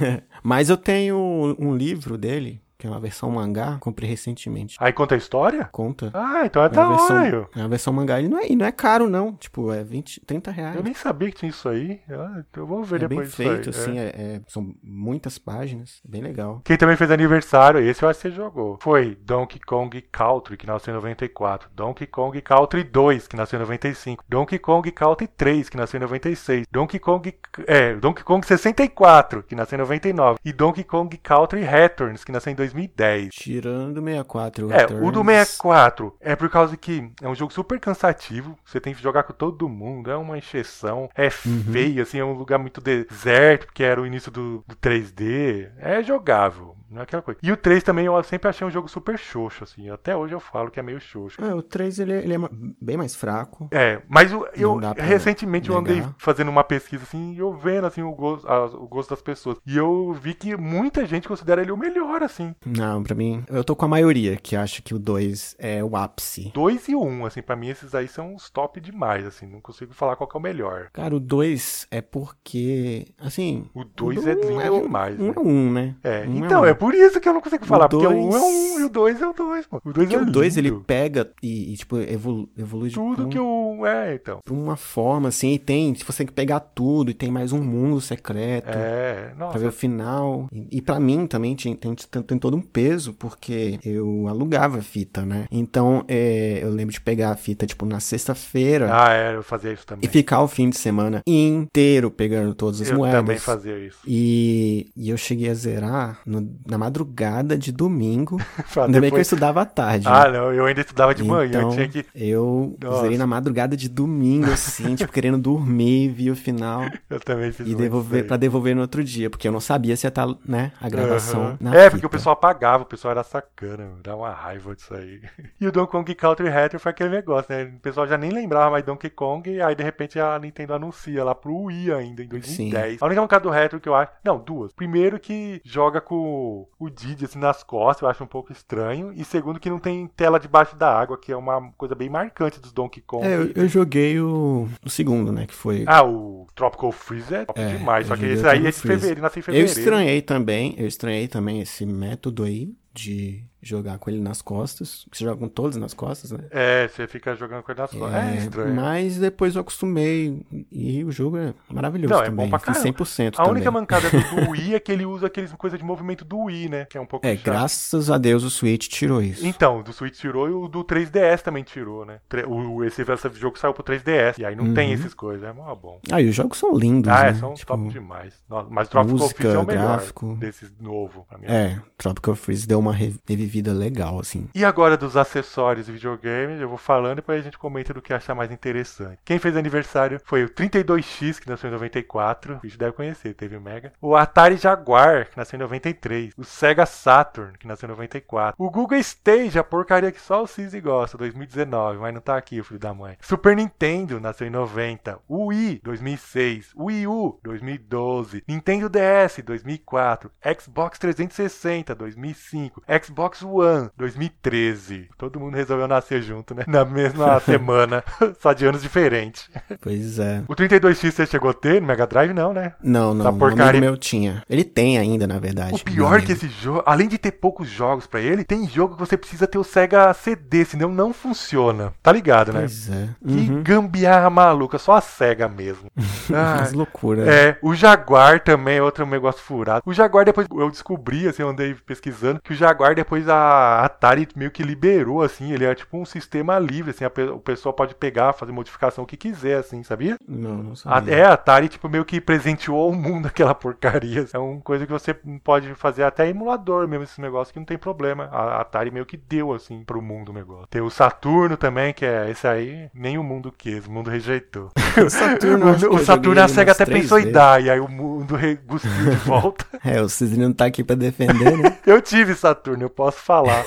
Mas eu tenho um livro dele, que é uma versão mangá, comprei recentemente. Aí conta a história? Conta. Ah, então é, É da uma hora. versão, é uma versão mangá. E não é, e não é caro, não. Tipo, é vinte, trinta reais. Eu nem sabia que tinha isso aí. Ah, eu vou ver É bem depois disso feito, aí. assim, É. é- é- são muitas páginas. Bem legal. Quem também fez aniversário, esse eu acho que você jogou, foi Donkey Kong Country, que nasceu em noventa e quatro. Donkey Kong Country dois, que nasceu em noventa e cinco. Donkey Kong Country três, que nasceu em noventa e seis. Donkey Kong, é, Donkey Kong sessenta e quatro, que nasceu em noventa e nove. E Donkey Kong Country Returns, que nasceu em dois mil e dez. Tirando o sessenta e quatro. É, Returns. o do sessenta e quatro é por causa que é um jogo super cansativo, você tem que jogar com todo mundo, é uma encheção, é feio, assim, é um lugar muito deserto, porque era o início do, do três D, é jogável, não é aquela coisa. E o três também eu sempre achei um jogo super xoxo, assim, até hoje eu falo que é meio xoxo. É, o três ele, é- ele é ma- bem mais fraco. É, mas o- eu dá pra recentemente eu andei negar. fazendo uma pesquisa assim, e eu vendo assim o gosto, as- o gosto das pessoas. E eu vi que muita gente considera ele o melhor, assim. Não, pra mim, eu tô com a maioria que acha que o dois é o ápice. Dois e um, assim, pra mim esses aí são os top demais, assim, não consigo falar qual que é o melhor. Cara, o dois é porque, assim... O dois o é um lindo o- demais, Um né? é um, né? É, Um então, um. é por isso que eu não consigo falar, porque o um é dois- um e o dois é o dois, pô. O dois Porque é o dois ele lindo. pega e, e, tipo, evolu evolui de Tudo um- que o um é, então. pra uma forma, assim, e tem, se você tem que pegar tudo, e tem mais um mundo secreto. É, Pra ver o nossa. final. E, e pra mim também tinha, tem, tem, tem todo um peso, porque eu alugava a fita, né? Então, é, eu lembro de pegar a fita, tipo, na sexta-feira Ah, é, eu fazia isso também. e ficar o fim de semana inteiro pegando todas as Eu moedas. também fazia isso. E, e eu cheguei a zerar no- na madrugada de domingo. Pra Ainda bem que eu depois- estudava à tarde. Ah, né? não, eu ainda estudava de manhã, Então, eu tinha que... eu Nossa. zerei na madrugada de domingo, assim, tipo, querendo dormir, vi o final Eu também fiz e muito devolver isso pra aí. devolver no outro dia, porque eu não sabia se ia estar, né, a gravação Aham. na É, fita. porque o pessoal apagava, o pessoal era sacana, meu, dá uma raiva disso aí. E o Donkey Kong Country Retro foi aquele negócio, né? O pessoal já nem lembrava mais Donkey Kong, e aí de repente a Nintendo anuncia lá pro Wii ainda, em dois mil e dez. Sim. A única mancada do Retro que eu acho... Não, duas. Primeiro que joga com o Didi assim nas costas, eu acho um pouco estranho. E segundo que não tem tela debaixo da água, que é uma coisa bem marcante dos Donkey Kong. É, eu, eu joguei o, o segundo, né, que foi... Ah, o Tropical Freeze é top É, demais, só eu que joguei esse o aí é de Tropical Freeze. fevereiro, nasceu em Eu fevereiro. estranhei também, eu estranhei também esse método aí de jogar com ele nas costas. Você joga com todos nas costas, né? É, você fica jogando com ele nas costas. É, É, estranho. mas depois eu acostumei e o jogo é maravilhoso Não, é também. bom pra Fiz caramba. cem por cento A também. única mancada do, do Wii é que ele usa aqueles coisa de movimento do Wii, né? Que é um pouco É, chato. graças a Deus o Switch tirou isso. Então, do Switch tirou e o do três D S também tirou, né? Tre- O, esse, esse jogo saiu pro três D S. E aí não Uhum. tem essas coisas, é mó bom. Ah, e os jogos são lindos, Ah, né? é, são Tipo, top demais. Nossa, mas o Tropical música, Freeze é o melhor gráfico. desses novo, pra mim. É, Tropical Freeze deu uma re- revivida vida legal, assim. E agora dos acessórios e videogames, eu vou falando e depois a gente comenta do que achar mais interessante. Quem fez aniversário foi o trinta e dois X, que nasceu em noventa e quatro. O bicho deve conhecer, teve o Mega. O Atari Jaguar, que nasceu em noventa e três. O Sega Saturn, que nasceu em noventa e quatro. O Google Stage, a porcaria que só o Cisi gosta, dois mil e dezenove, mas não tá aqui, o filho da mãe. Super Nintendo, nasceu em noventa. O Wii, dois mil e seis. O Wii U, dois mil e doze. Nintendo D S, dois mil e quatro. Xbox trezentos e sessenta, dois mil e cinco. Xbox One, dois mil e treze. Todo mundo resolveu nascer junto, né? Na mesma semana, só de anos diferentes. Pois é. O trinta e dois X você chegou a ter no Mega Drive? Não, né? Não, não. Essa porcaria... O meu tinha. Ele tem ainda, na verdade. O pior é que esse jogo, além de ter poucos jogos pra ele, tem jogo que você precisa ter o Sega C D, senão não funciona. Tá ligado, né? Pois é. Que Uhum. gambiarra maluca, só a Sega mesmo. Ah, As loucuras. é, o Jaguar também é outro negócio furado. O Jaguar depois, eu descobri, assim, eu andei pesquisando, que o Jaguar depois a Atari meio que liberou, assim, ele é tipo um sistema livre, assim, a pe- o pessoal pode pegar, fazer modificação o que quiser, assim, sabia? Não, não A, sabia. é, a Atari, tipo, meio que presenteou ao mundo aquela porcaria. É uma coisa que você pode fazer até emulador mesmo, esses negócios que não tem problema. A Atari meio que deu, assim, pro mundo o negócio. Tem o Saturno também, que é esse aí, nem o mundo quis, o mundo rejeitou. O Saturno, acho que o eu Saturno joguei a ele SEGA umas até três pensou em vezes. dar, e aí o mundo reguspiu de volta. É, o Cisne não tá aqui pra defender, né? Eu tive Saturno, eu posso falar.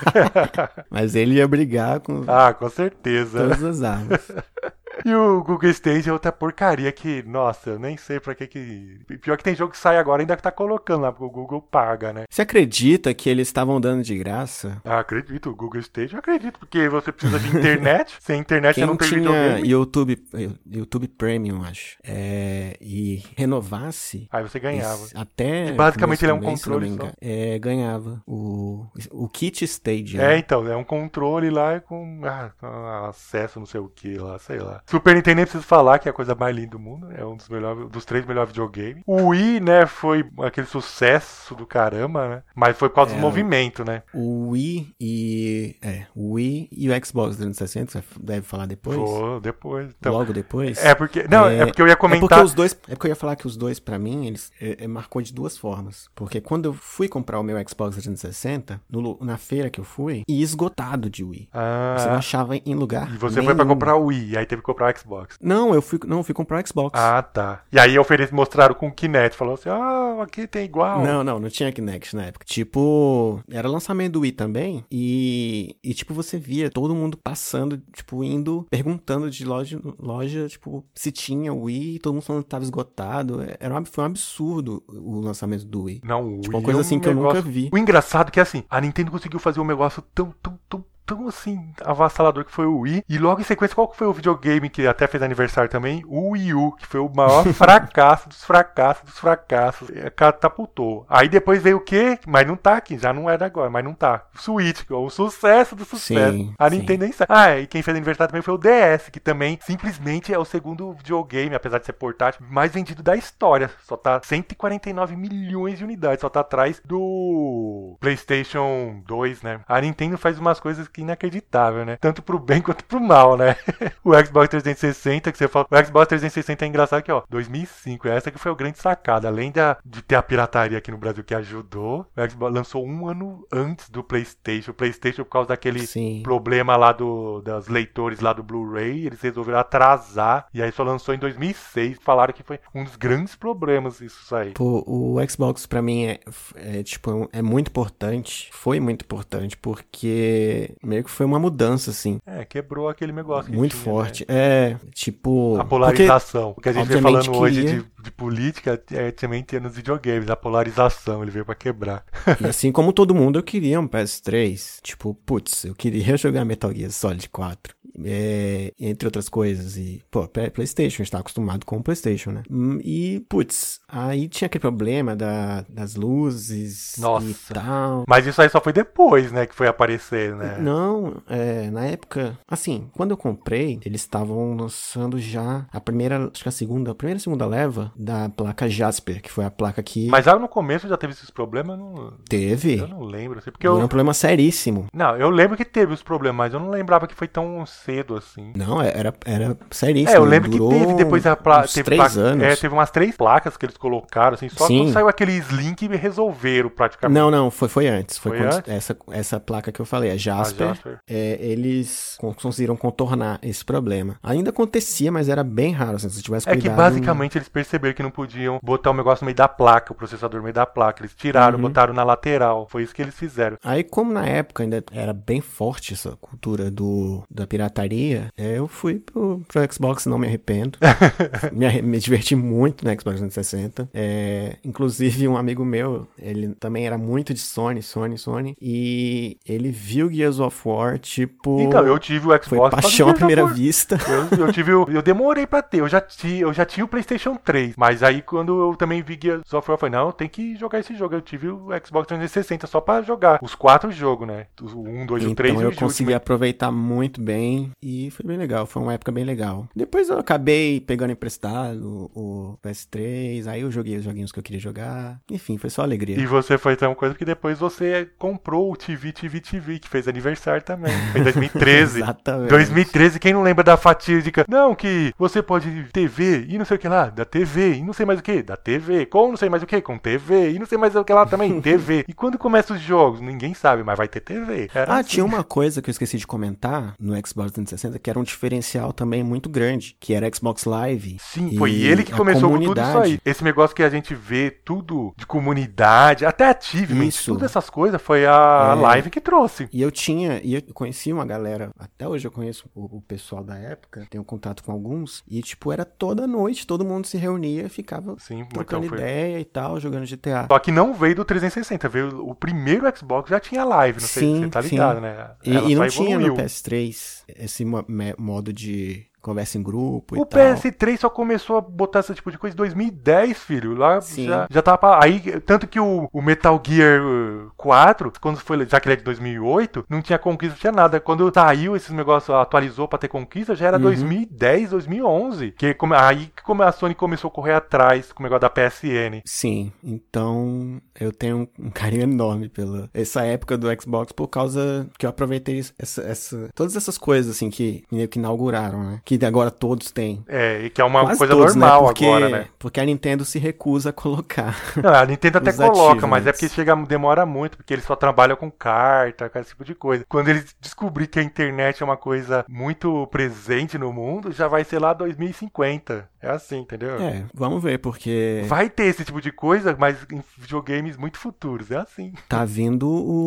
Mas ele ia brigar com Ah, com certeza. todas as armas. E o Google Stage é outra porcaria que, nossa, eu nem sei pra que que... Pior que tem jogo que sai agora ainda que tá colocando lá, porque o Google paga, né? Você acredita que eles estavam dando de graça? Ah, acredito, o Google Stage eu acredito, porque você precisa de internet, sem internet você Quem não tem tinha videogame. YouTube, YouTube Premium, acho, é, e renovasse Aí você ganhava. esse- até E basicamente começo ele é um do mês, se não controle me só. engano, é, ganhava o, o kit Stage. É, né? então, é um controle lá com, ah, com acesso não sei o que lá, sei lá. Super Nintendo nem preciso falar que é a coisa mais linda do mundo, é um dos melhores, dos três melhores videogames. O Wii, né, foi aquele sucesso do caramba, né? Mas foi por causa É, do movimento, né? O Wii e é, o Wii e o Xbox trezentos e sessenta, você deve falar depois? Pô, depois. Então, Logo depois? é porque, não, é, É, porque eu ia É porque comentar. os dois, é porque eu ia falar que os dois, pra mim, eles é, é, marcou de duas formas. Porque quando eu fui comprar o meu Xbox trezentos e sessenta, no lu- na feira que eu fui, e esgotado de Wii. Ah, Você não achava em lugar e você foi pra nenhum. comprar o Wii, aí teve que comprar o Xbox. Não, eu fui, não, eu fui comprar o Xbox. Ah, tá. E aí oferece, mostraram com o Kinect, falou assim, ah, aqui tem igual. Não, não, não tinha Kinect na época. Tipo, era lançamento do Wii também. E, e tipo, você via todo mundo passando, tipo, indo, perguntando de loja, loja, tipo, se tinha o Wii, todo mundo falando que tava esgotado. Era um, foi um absurdo o lançamento do Wii. Não, o Tipo, uma Wii coisa é um assim que eu negócio- nunca vi. O engraçado é que assim, a Nintendo conseguiu fazer um negócio tão, tão, tão, tão assim, avassalador que foi o Wii. E logo em sequência, qual que foi o videogame que até fez aniversário também? O Wii U, que foi o maior fracasso dos fracassos dos fracassos. É, catapultou. Aí depois veio o quê? Mas não tá aqui, já não é da agora, mas não tá. Switch, que é o sucesso do sucesso. Sim, a sim. Nintendo nem sabe. Ah, e quem fez aniversário também foi o D S, que também simplesmente é o segundo videogame, apesar de ser portátil, mais vendido da história. Só tá cento e quarenta e nove milhões de unidades, só tá atrás do PlayStation dois, né? A Nintendo faz umas coisas que inacreditável, né? Tanto pro bem quanto pro mal, né? O Xbox trezentos e sessenta, que você fala, o Xbox trezentos e sessenta é engraçado que, ó, dois mil e cinco, essa que foi o grande sacada. Além da, de ter a pirataria aqui no Brasil que ajudou, o Xbox lançou um ano antes do PlayStation. O PlayStation, por causa daquele Sim. problema lá do, das leitores lá do Blu-ray, eles resolveram atrasar, e aí só lançou em dois mil e seis. Falaram que foi um dos grandes problemas isso aí. Pô, o Xbox pra mim é, é, tipo, é muito importante. Foi muito importante, porque meio que foi uma mudança, assim. É, quebrou aquele negócio que Muito tinha, forte. né? É, tipo... A polarização. O que a gente vem obviamente, falando hoje queria- de, de política é também ter nos videogames. A polarização, ele veio pra quebrar. E assim como todo mundo, eu queria um P S três. Tipo, putz, eu queria jogar Metal Gear Solid quatro. É, entre outras coisas. E, pô, P- PlayStation, a gente tá acostumado com o PlayStation, né? Hum, E, putz, aí tinha aquele problema da, das luzes Nossa. e tal. Mas isso aí só foi depois, né, que foi aparecer, né? Não, é, na época, assim, quando eu comprei, eles estavam lançando já a primeira, acho que a segunda, a primeira e segunda leva da placa Jasper, que foi a placa que Mas já no começo já teve esses problemas, eu não, teve. eu não lembro. Assim, porque Era eu, um problema seríssimo. não, eu lembro que teve os problemas, mas eu não lembrava que foi tão cedo, assim. Não, era, era seríssimo. É, eu lembro Durou que teve depois a placa. uns Teve, três placa, anos. É, teve umas três placas que eles colocaram, assim, só Sim. quando saiu aquele Slim e resolveram praticamente. Não, não, foi, foi antes. Foi, Foi quando antes? Essa, essa placa que eu falei, a Jasper, A Jasper. É, eles conseguiram contornar esse problema. Ainda acontecia, mas era bem raro, assim, se você tivesse É cuidado. que basicamente eles perceberam que não podiam botar o negócio no meio da placa, o processador no meio da placa. Eles tiraram, Uhum. botaram na lateral. Foi isso que eles fizeram. Aí, como na época ainda era bem forte essa cultura do, da pirataria, é, eu fui pro, pro Xbox, não me arrependo. me, arre- me diverti muito no Xbox trezentos e sessenta. É, inclusive, um amigo meu, ele também era muito de Sony, Sony, Sony, e ele viu Gears of War, tipo... Então, eu tive o Xbox. Foi por causa do paixão à Gears of primeira War. vista. Eu, eu tive o, eu demorei pra ter, eu já, tinha, eu já tinha o PlayStation três, mas aí quando eu também vi Gears of War, eu falei, não, tem que jogar esse jogo. Eu tive o Xbox trezentos e sessenta só pra jogar os quatro jogos, né? O um, dois, o três Então e o eu consegui Ultimate. aproveitar muito bem e foi bem legal, foi uma época bem legal. Depois eu acabei pegando emprestado o P S três, aí eu joguei os joguinhos que eu queria jogar, enfim, foi só alegria. E você foi tão coisa que depois você comprou o T V, T V, T V, que fez aniversário também. Foi em dois mil e treze. Exatamente. dois mil e treze, quem não lembra da fatídica? Não, que você pode T V e não sei o que lá, da T V, e não sei mais o que, da T V, com não sei mais o que, com T V, e não sei mais o que lá também, T V. E quando começam os jogos? Ninguém sabe, mas vai ter T V. Era Ah, assim. tinha uma coisa que eu esqueci de comentar no Xbox trezentos e sessenta, que era um diferencial também muito grande, que era Xbox Live. Sim, e foi ele que a começou com tudo isso comunidade. aí. Esse negócio que a gente vê tudo de comunidade, até achievement, Isso. todas essas coisas, foi a É. live que trouxe. E eu tinha, e eu conheci uma galera, até hoje eu conheço o, o pessoal da época, tenho contato com alguns, e tipo, era toda noite, todo mundo se reunia, ficava Sim, trocando então foi. ideia e tal, jogando G T A. Só que não veio do trezentos e sessenta, veio o primeiro Xbox já tinha live, não sei se Sim, você tá sim. ligado, né? E, Ela e só não tinha no evoluiu. P S três esse mo- me- modo de conversa em grupo e O tal. P S três só começou a botar esse tipo de coisa em dois mil e dez, filho. Lá Sim. já, já tava. pra- Aí, tanto que o, o Metal Gear uh, quatro, quando foi, já que ele é de dois mil e oito, não tinha conquista, não tinha nada. Quando saiu esses negócios, atualizou pra ter conquista, já era Uhum. dois mil e dez, dois mil e onze. Que, come- aí que come- a Sony começou a correr atrás com o negócio da P S N. Sim, então eu tenho um, um carinho enorme pela essa época do Xbox por causa que eu aproveitei essa, essa, todas essas coisas assim que meio que inauguraram, né? Que agora todos têm. É, e que é uma Quase coisa todos, normal né? Porque, agora, né? Porque a Nintendo se recusa a colocar. Não, a Nintendo até Os coloca, mas é achievements. porque chega, demora muito, porque eles só trabalham com carta, com esse tipo de coisa. Quando eles descobrir que a internet é uma coisa muito presente no mundo, já vai ser lá dois mil e cinquenta. É assim, entendeu? É, vamos ver, porque Vai ter esse tipo de coisa, mas em videogames muito futuros. É assim. tá vindo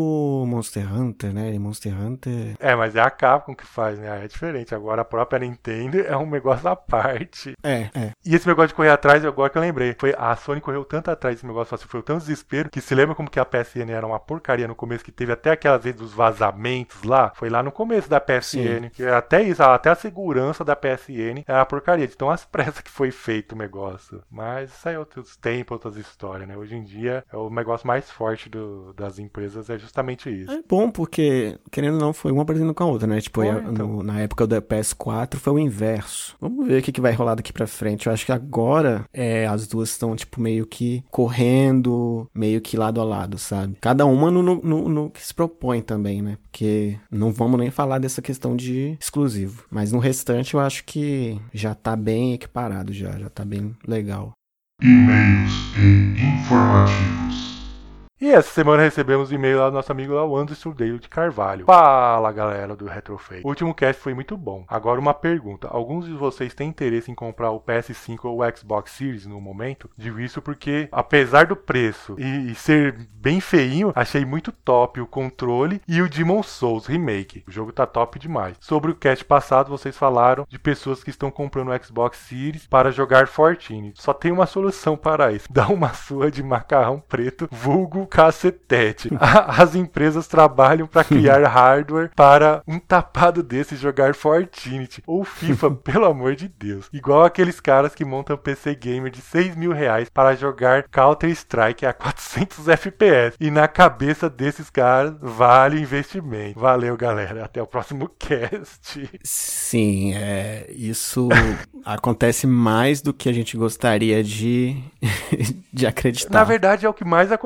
o Monster Hunter, né? E Monster Hunter. É, mas é a Capcom que faz, né? É diferente. Agora a própria Nintendo é um negócio à parte. É, é. E esse negócio de correr atrás, agora que eu lembrei, foi a Sony correu tanto atrás desse negócio, assim, foi tão desespero, que se lembra como que a P S N era uma porcaria no começo, que teve até aquelas vezes dos vazamentos lá, foi lá no começo da P S N, que até isso, até a segurança da P S N era uma porcaria, de tão às pressas que foi feito o negócio. Mas isso aí é outros tempos, outras histórias, né? Hoje em dia, é o negócio mais forte do, das empresas é justamente isso. É bom porque, querendo ou não, foi uma aprendendo com a outra, né? Tipo, Foi, é, então. no- na época do P S quatro foi o inverso. Vamos ver o que, que vai rolar daqui pra frente. Eu acho que agora é, as duas estão, tipo, meio que correndo, meio que lado a lado, sabe? Cada uma no, no, no- no que se propõe também, né? Porque não vamos nem falar dessa questão de exclusivo. Mas no restante eu acho que já tá bem equiparado já, já tá bem legal. E-mails e informativos. E essa semana recebemos um e-mail lá do nosso amigo lá, o Anderson Deio de Carvalho. Fala, galera do Retrofake. O último cast foi muito bom. Agora uma pergunta. Alguns de vocês têm interesse em comprar o P S cinco ou o Xbox Series no momento? Digo isso porque, apesar do preço e, e ser bem feinho, achei muito top o controle e o Demon's Souls Remake. O jogo tá top demais. Sobre o cast passado, vocês falaram de pessoas que estão comprando o Xbox Series para jogar Fortnite. Só tem uma solução para isso. Dá uma surra de macarrão preto, vulgo cacetete. A- As empresas trabalham para criar hardware para um tapado desse jogar Fortnite ou FIFA, pelo amor de Deus. Igual aqueles caras que montam P C Gamer de seis mil reais para jogar Counter-Strike a quatrocentos F P S. E na cabeça desses caras vale o investimento. Valeu, galera. Até o próximo cast. Sim, é, isso acontece mais do que a gente gostaria de, de acreditar. Na verdade, é o que mais acontece.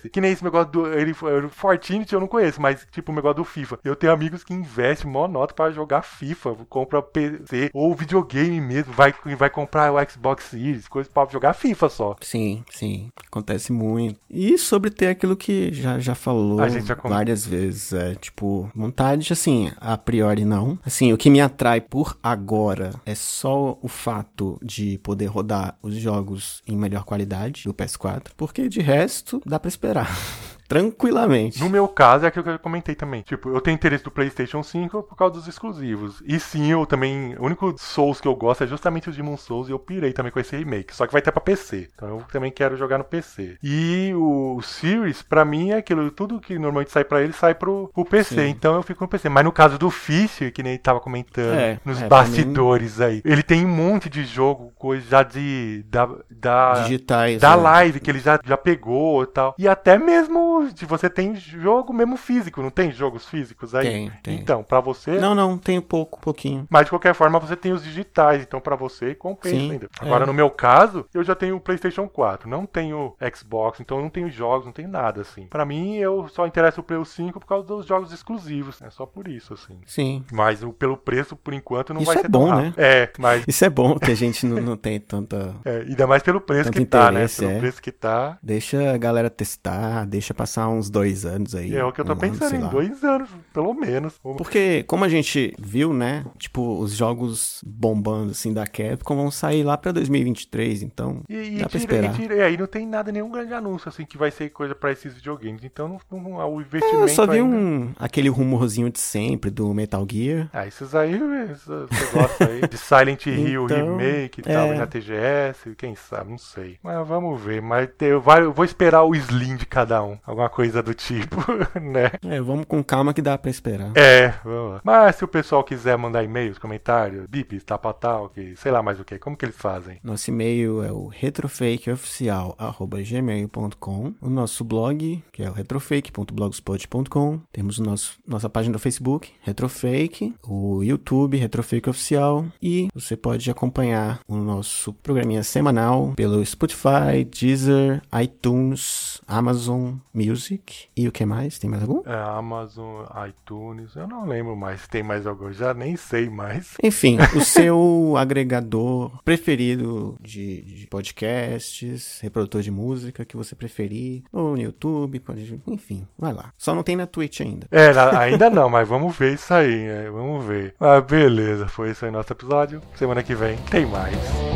S. Que nem esse negócio do ele, o Fortnite eu não conheço, mas tipo o negócio do FIFA. Eu tenho amigos que investem mó nota pra jogar FIFA, compra P C ou videogame mesmo, vai, vai comprar o Xbox Series, coisa pra jogar FIFA só. Sim, sim, acontece muito. E sobre ter aquilo que já, já falou A gente já com... várias vezes, é tipo, vontade, assim, a priori não. Assim, o que me atrai por agora é só o fato de poder rodar os jogos em melhor qualidade do P S quatro, porque de resto dá pra esperar. Tranquilamente. No meu caso, é aquilo que eu comentei também. Tipo, eu tenho interesse do PlayStation cinco por causa dos exclusivos. E sim, eu também... O único Souls que eu gosto é justamente o Demon Souls. E eu pirei também com esse remake. Só que vai ter pra P C. Então eu também quero jogar no P C. E o Series, pra mim, é aquilo... Tudo que normalmente sai pra ele, sai pro, pro P C. Sim. Então eu fico no P C. Mas no caso do Fischer, que nem ele tava comentando, é, nos é, bastidores mim... aí. Ele tem um monte de jogo, coisa já de... Da, da, Digitais. Da é. live, que ele já, já pegou e tal. E até mesmo... De você tem jogo mesmo físico, não tem jogos físicos aí? Tem, tem. Então, pra você... Não, não, tem pouco, pouquinho. Mas de qualquer forma você tem os digitais, então pra você compensa Sim, ainda. Agora, é. no meu caso, eu já tenho o PlayStation quatro, não tenho Xbox, então eu não tenho jogos, não tenho nada, assim. Pra mim, eu só interesso o Play cinco por causa dos jogos exclusivos, é só por isso, assim. Sim. Mas o, pelo preço, por enquanto, não isso vai é ser bom, tão né? rápido. É, mas... Isso é bom que a gente não, não tem tanta... É, ainda mais pelo preço que tá, né? Pelo é. preço que tá. Deixa a galera testar, deixa passar uns dois anos aí. É o que eu tô um pensando, ano, em dois anos, pelo menos. Porque, como a gente viu, né? Tipo, os jogos bombando, assim, da Capcom vão sair lá pra dois mil e vinte e três, então e, dá e pra tira, esperar. E, tira, e aí não tem nada, nenhum grande anúncio, assim, que vai ser coisa pra esses videogames. Então, não, não, o investimento é, eu só vi ainda... um, aquele rumorzinho de sempre do Metal Gear. Ah, esses aí, esses negócios aí, de Silent Hill então, Remake e é... tal, na T G S, quem sabe, não sei. Mas vamos ver, mas eu, vai, eu vou esperar o Slim de cada um, alguma coisa do tipo, né? É, vamos com calma que dá pra esperar. É, vamos lá. Mas se o pessoal quiser mandar e-mails, comentários, bips, tapatal, que sei lá mais o que, como que eles fazem? Nosso e-mail é o retrofakeoficial arroba gmail ponto com. O nosso blog, que é o retrofake ponto blogspot ponto com. Temos o nosso, nossa página do Facebook, Retrofake, o YouTube, Retrofake Oficial, e você pode acompanhar o nosso programinha semanal pelo Spotify, Deezer, iTunes, Amazon Music e o que mais? Tem mais algum? É, Amazon, iTunes, eu não lembro mais se tem mais algum, já nem sei mais. Enfim, o seu agregador preferido de, de podcasts, reprodutor de música que você preferir, ou no YouTube, pode, enfim, vai lá. Só não tem na Twitch ainda. É, na, ainda não, mas vamos ver isso aí, né? Vamos ver. Ah, beleza, foi isso aí nosso episódio. Semana que vem tem mais.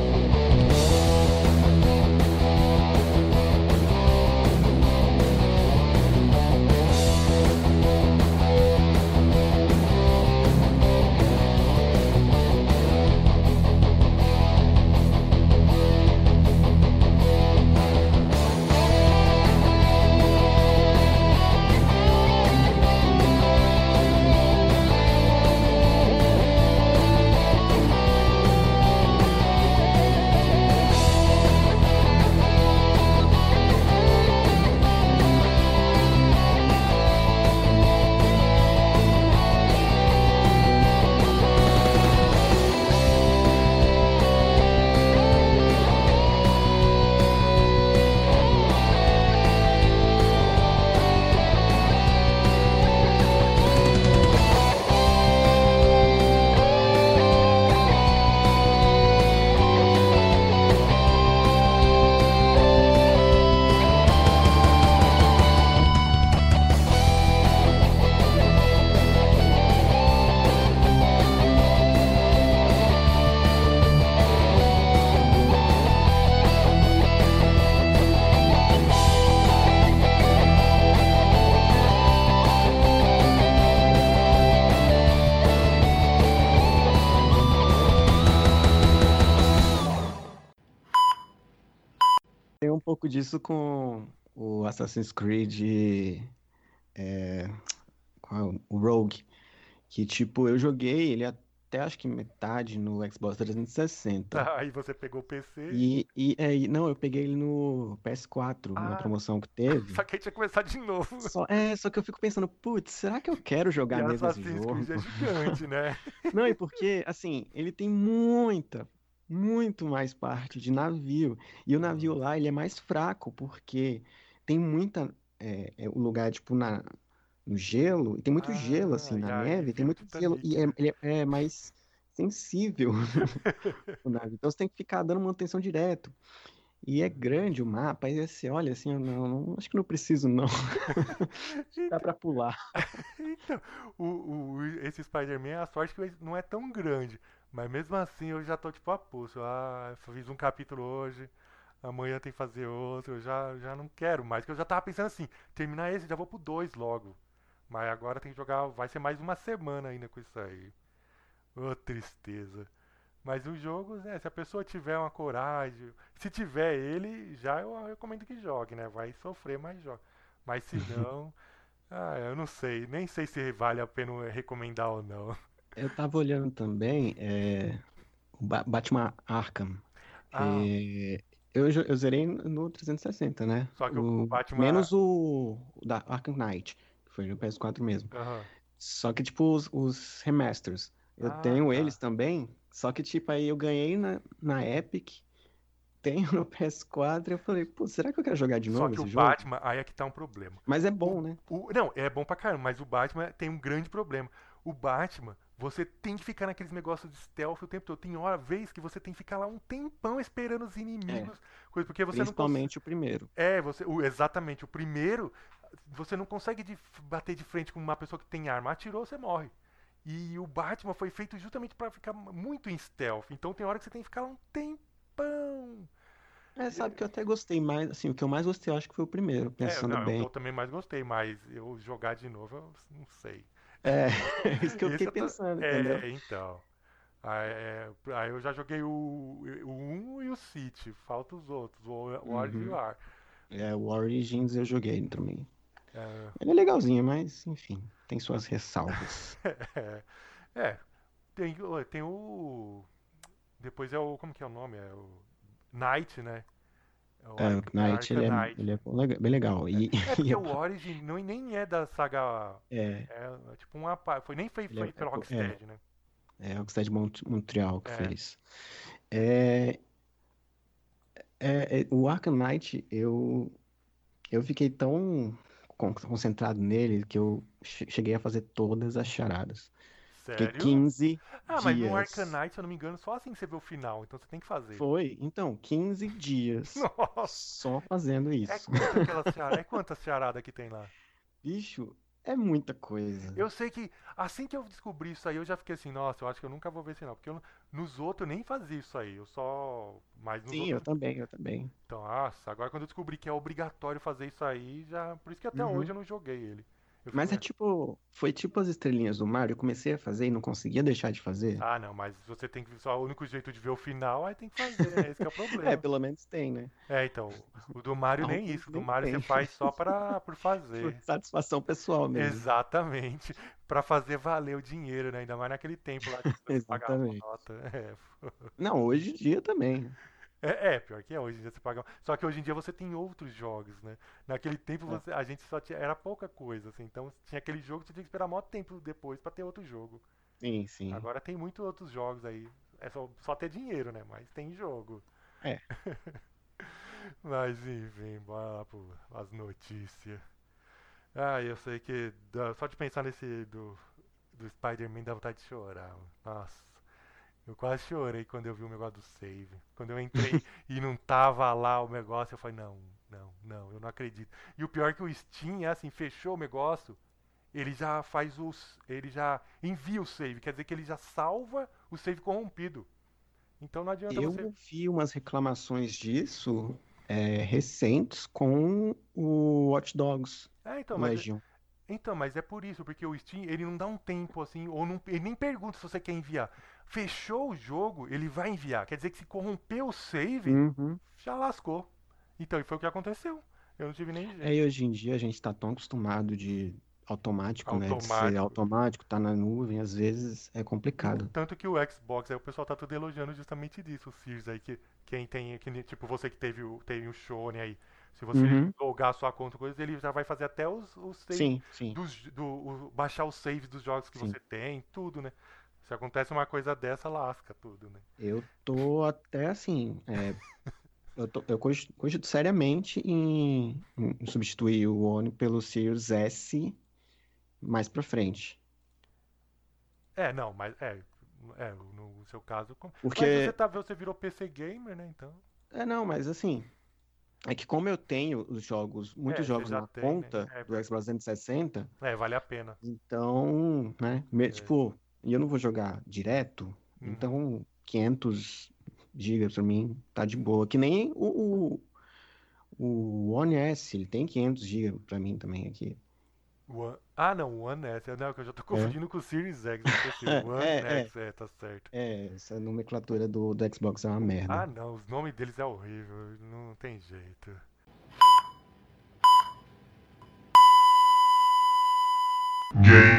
Tem um pouco disso com o Assassin's Creed, é, qual é? O Rogue, que tipo, eu joguei ele até acho que metade no Xbox trezentos e sessenta. Ah, aí você pegou o P C. E, e, é, e não, eu peguei ele no P S quatro, Ah, na promoção que teve. Só que aí tinha que começar de novo. Só, é, só que eu fico pensando, putz, será que eu quero jogar E mesmo esse Assassin's jogo? Creed é gigante, né? Não, e porque, assim, ele tem muita, muito mais parte de navio. E o navio lá, ele é mais fraco, porque tem muita é, é o lugar, tipo, na, no gelo, e tem muito gelo, assim, Ah, e na aí neve, tem vira o muito gelo, Titanic, e é, né? ele é, é mais sensível o navio. Então você tem que ficar dando manutenção direto. E é grande o mapa, aí você olha assim, eu não, não- acho que não preciso, não. Acho que dá Então, pra pular. então o, o- esse Spider-Man, a sorte que ele não é tão grande. Mas mesmo assim eu já tô tipo a pulso. Ah, eu fiz um capítulo hoje, amanhã tem que fazer outro. Eu já, já não quero mais. Porque eu já tava pensando assim, terminar esse, já vou pro dois logo. Mas agora tem que jogar, vai ser mais uma semana ainda com isso aí. Ô, tristeza. Mas o jogo, né, se a pessoa tiver uma coragem, se tiver ele, já eu recomendo que jogue, né? Vai sofrer, mas joga. Mas se não, ah, eu não sei, nem sei se vale a pena recomendar ou não. Eu tava olhando também, é, o Ba- Batman Arkham. Ah, É, eu, jo- eu zerei no trezentos e sessenta, né? só que o O, Batman. menos o, o da Arkham Knight, que foi no P S quatro mesmo. Aham. Só que, tipo, os, os remasters. Eu Ah, tenho eles tá. também, só que, tipo, aí eu ganhei na, na Epic, tenho no P S quatro, e eu falei, pô, será que eu quero jogar de Só novo que o esse jogo? Batman, aí é que tá um problema. Mas é O, bom, né? o, não, é bom pra caramba, mas o Batman tem um grande problema. O Batman, você tem que ficar naqueles negócios de stealth o tempo todo. Tem hora, vez que você tem que ficar lá um tempão esperando os É, inimigos, coisa, porque você não consegue. principalmente o primeiro. É, você, o, exatamente. O primeiro, você não consegue de- bater de frente com uma pessoa que tem arma. Atirou, você morre. E o Batman foi feito justamente pra ficar muito em stealth. Então tem hora que você tem que ficar lá um tempão. É, sabe que eu até gostei mais, assim, o que eu mais gostei eu acho que foi o primeiro, É, pensando não, é o que bem. eu também mais gostei, mas eu jogar de novo, eu não sei. É, isso que eu Esse fiquei eu tô... pensando, entendeu? É, então. Aí, é, aí eu já joguei o, o um e o City, falta os outros, o War e o Uhum. War. É, o Origins eu joguei também. É, Ele é legalzinho, mas, enfim, tem suas ressalvas. é, é, tem, tem o. Depois é o. Como que é o nome? É o Knight, né? É o É, o Ark, Knight, ele é, Arcanite. ele é bom, lega- bem legal. E, É e porque eu- o Origin não, nem é da saga. é, É, é tipo uma. pa- Foi, nem foi ele é, feito pela é, é, Rocksteady, né? é o Rocksteady Mont- Montreal que É. fez. É, é, é, o Arkham Knight, eu, eu fiquei tão con- concentrado nele que eu che- cheguei a fazer todas as charadas. Fiquei Sério? quinze Ah, mas no dias. Arcanite, se eu não me engano, só assim você vê o final, então você tem que fazer. Foi, então, quinze dias Nossa! só fazendo É isso. quanto aquela charada? É quantas charadas que tem lá? Bicho, é muita coisa. Eu sei que assim que eu descobri isso aí, eu já fiquei assim, nossa, eu acho que eu nunca vou ver esse final. Porque eu, nos outros eu nem fazia isso aí. Eu só. Mas nos Sim, eu outros. também, eu também. Então, nossa, agora quando eu descobri que é obrigatório fazer isso aí, já. Por isso que até hoje Uhum. eu não joguei ele. Eu fico. Mas é tipo, foi tipo as estrelinhas do Mario, eu comecei a fazer e não conseguia deixar de fazer. Ah, não, mas você tem que. Só o único jeito de ver o final, aí tem que fazer, né? Esse que é o É, problema. pelo menos tem, né? É, então, o do Mario nem Alguns isso. O do nem Mario você tem. faz só pra, por Por fazer. satisfação pessoal mesmo. Exatamente. Pra fazer valer o dinheiro, né? Ainda mais naquele tempo lá que você pagava Exatamente. nota. É, Não, hoje em dia também. é, é, pior que é, hoje em dia você paga. Só que hoje em dia você tem outros jogos, né? Naquele tempo É. você, a gente só tinha. Era pouca coisa, assim. Então tinha aquele jogo que você tinha que esperar muito tempo depois pra ter outro jogo. Sim, sim. Agora tem muitos outros jogos aí. É só, só ter dinheiro, né? Mas tem jogo. É. Mas enfim, bora lá pro, as notícias. Ah, eu sei que dá- só de pensar nesse do, do Spider-Man dá vontade de chorar, mano. Nossa, eu quase chorei quando eu vi o negócio do save. Quando eu entrei e não tava lá o negócio, eu falei, não, não, não, eu não acredito. E o pior é que o Steam, é assim, fechou o negócio, ele já faz os. Ele já envia o save, quer dizer que ele já salva o save corrompido. Então não adianta Eu você. ouvi umas reclamações disso, é, recentes com o Watch Dogs É, então, mas Legion. Então, mas é por isso, porque o Steam, ele não dá um tempo assim, ou não, ele nem pergunta se você quer enviar. Fechou o jogo, ele vai enviar. Quer dizer que se corrompeu o save, Uhum. já lascou. Então, e foi o que aconteceu. Eu não tive nem É, jeito. e hoje em dia a gente tá tão acostumado de automático, né? De ser Automático. automático, tá na nuvem, às vezes é Ent- complicado. Tanto que o Xbox, aí o pessoal tá tudo elogiando justamente disso, o Sears aí, que quem tem, que, nem- tipo você que teve, o- teve o Shone aí, se você Uhum. logar a sua conta, coisa, ele já vai fazer até os, os save, Sim, sim, dos, do, o- baixar os saves dos jogos que sim. você tem, tudo, né? Se acontece uma coisa dessa, lasca tudo, né? Eu tô até assim, é, Eu, tô, eu cogito cogito seriamente em, em substituir o One pelo Series S mais pra frente. É, não, mas é, é, no seu caso. com- Mas você Porque, tá, você virou P C gamer, né? Então. é não, mas assim, é que como eu tenho os jogos, muitos É, você jogos já na tem, né? conta É do verdade. Xbox trezentos e sessenta, É, vale a pena. então, né, me- É. tipo, e eu não vou jogar direto, Uhum. então quinhentos gigas pra mim tá de boa. Que nem o, o, o One S, ele tem quinhentos gigas pra mim também aqui. One... Ah, não, o One S. Não, que eu já tô É, confundindo com o Series X do P C. O One é, é, X, é, tá certo. é, essa nomenclatura do, do Xbox é uma merda. Ah, não, os nomes deles é horrível, não tem jeito. Game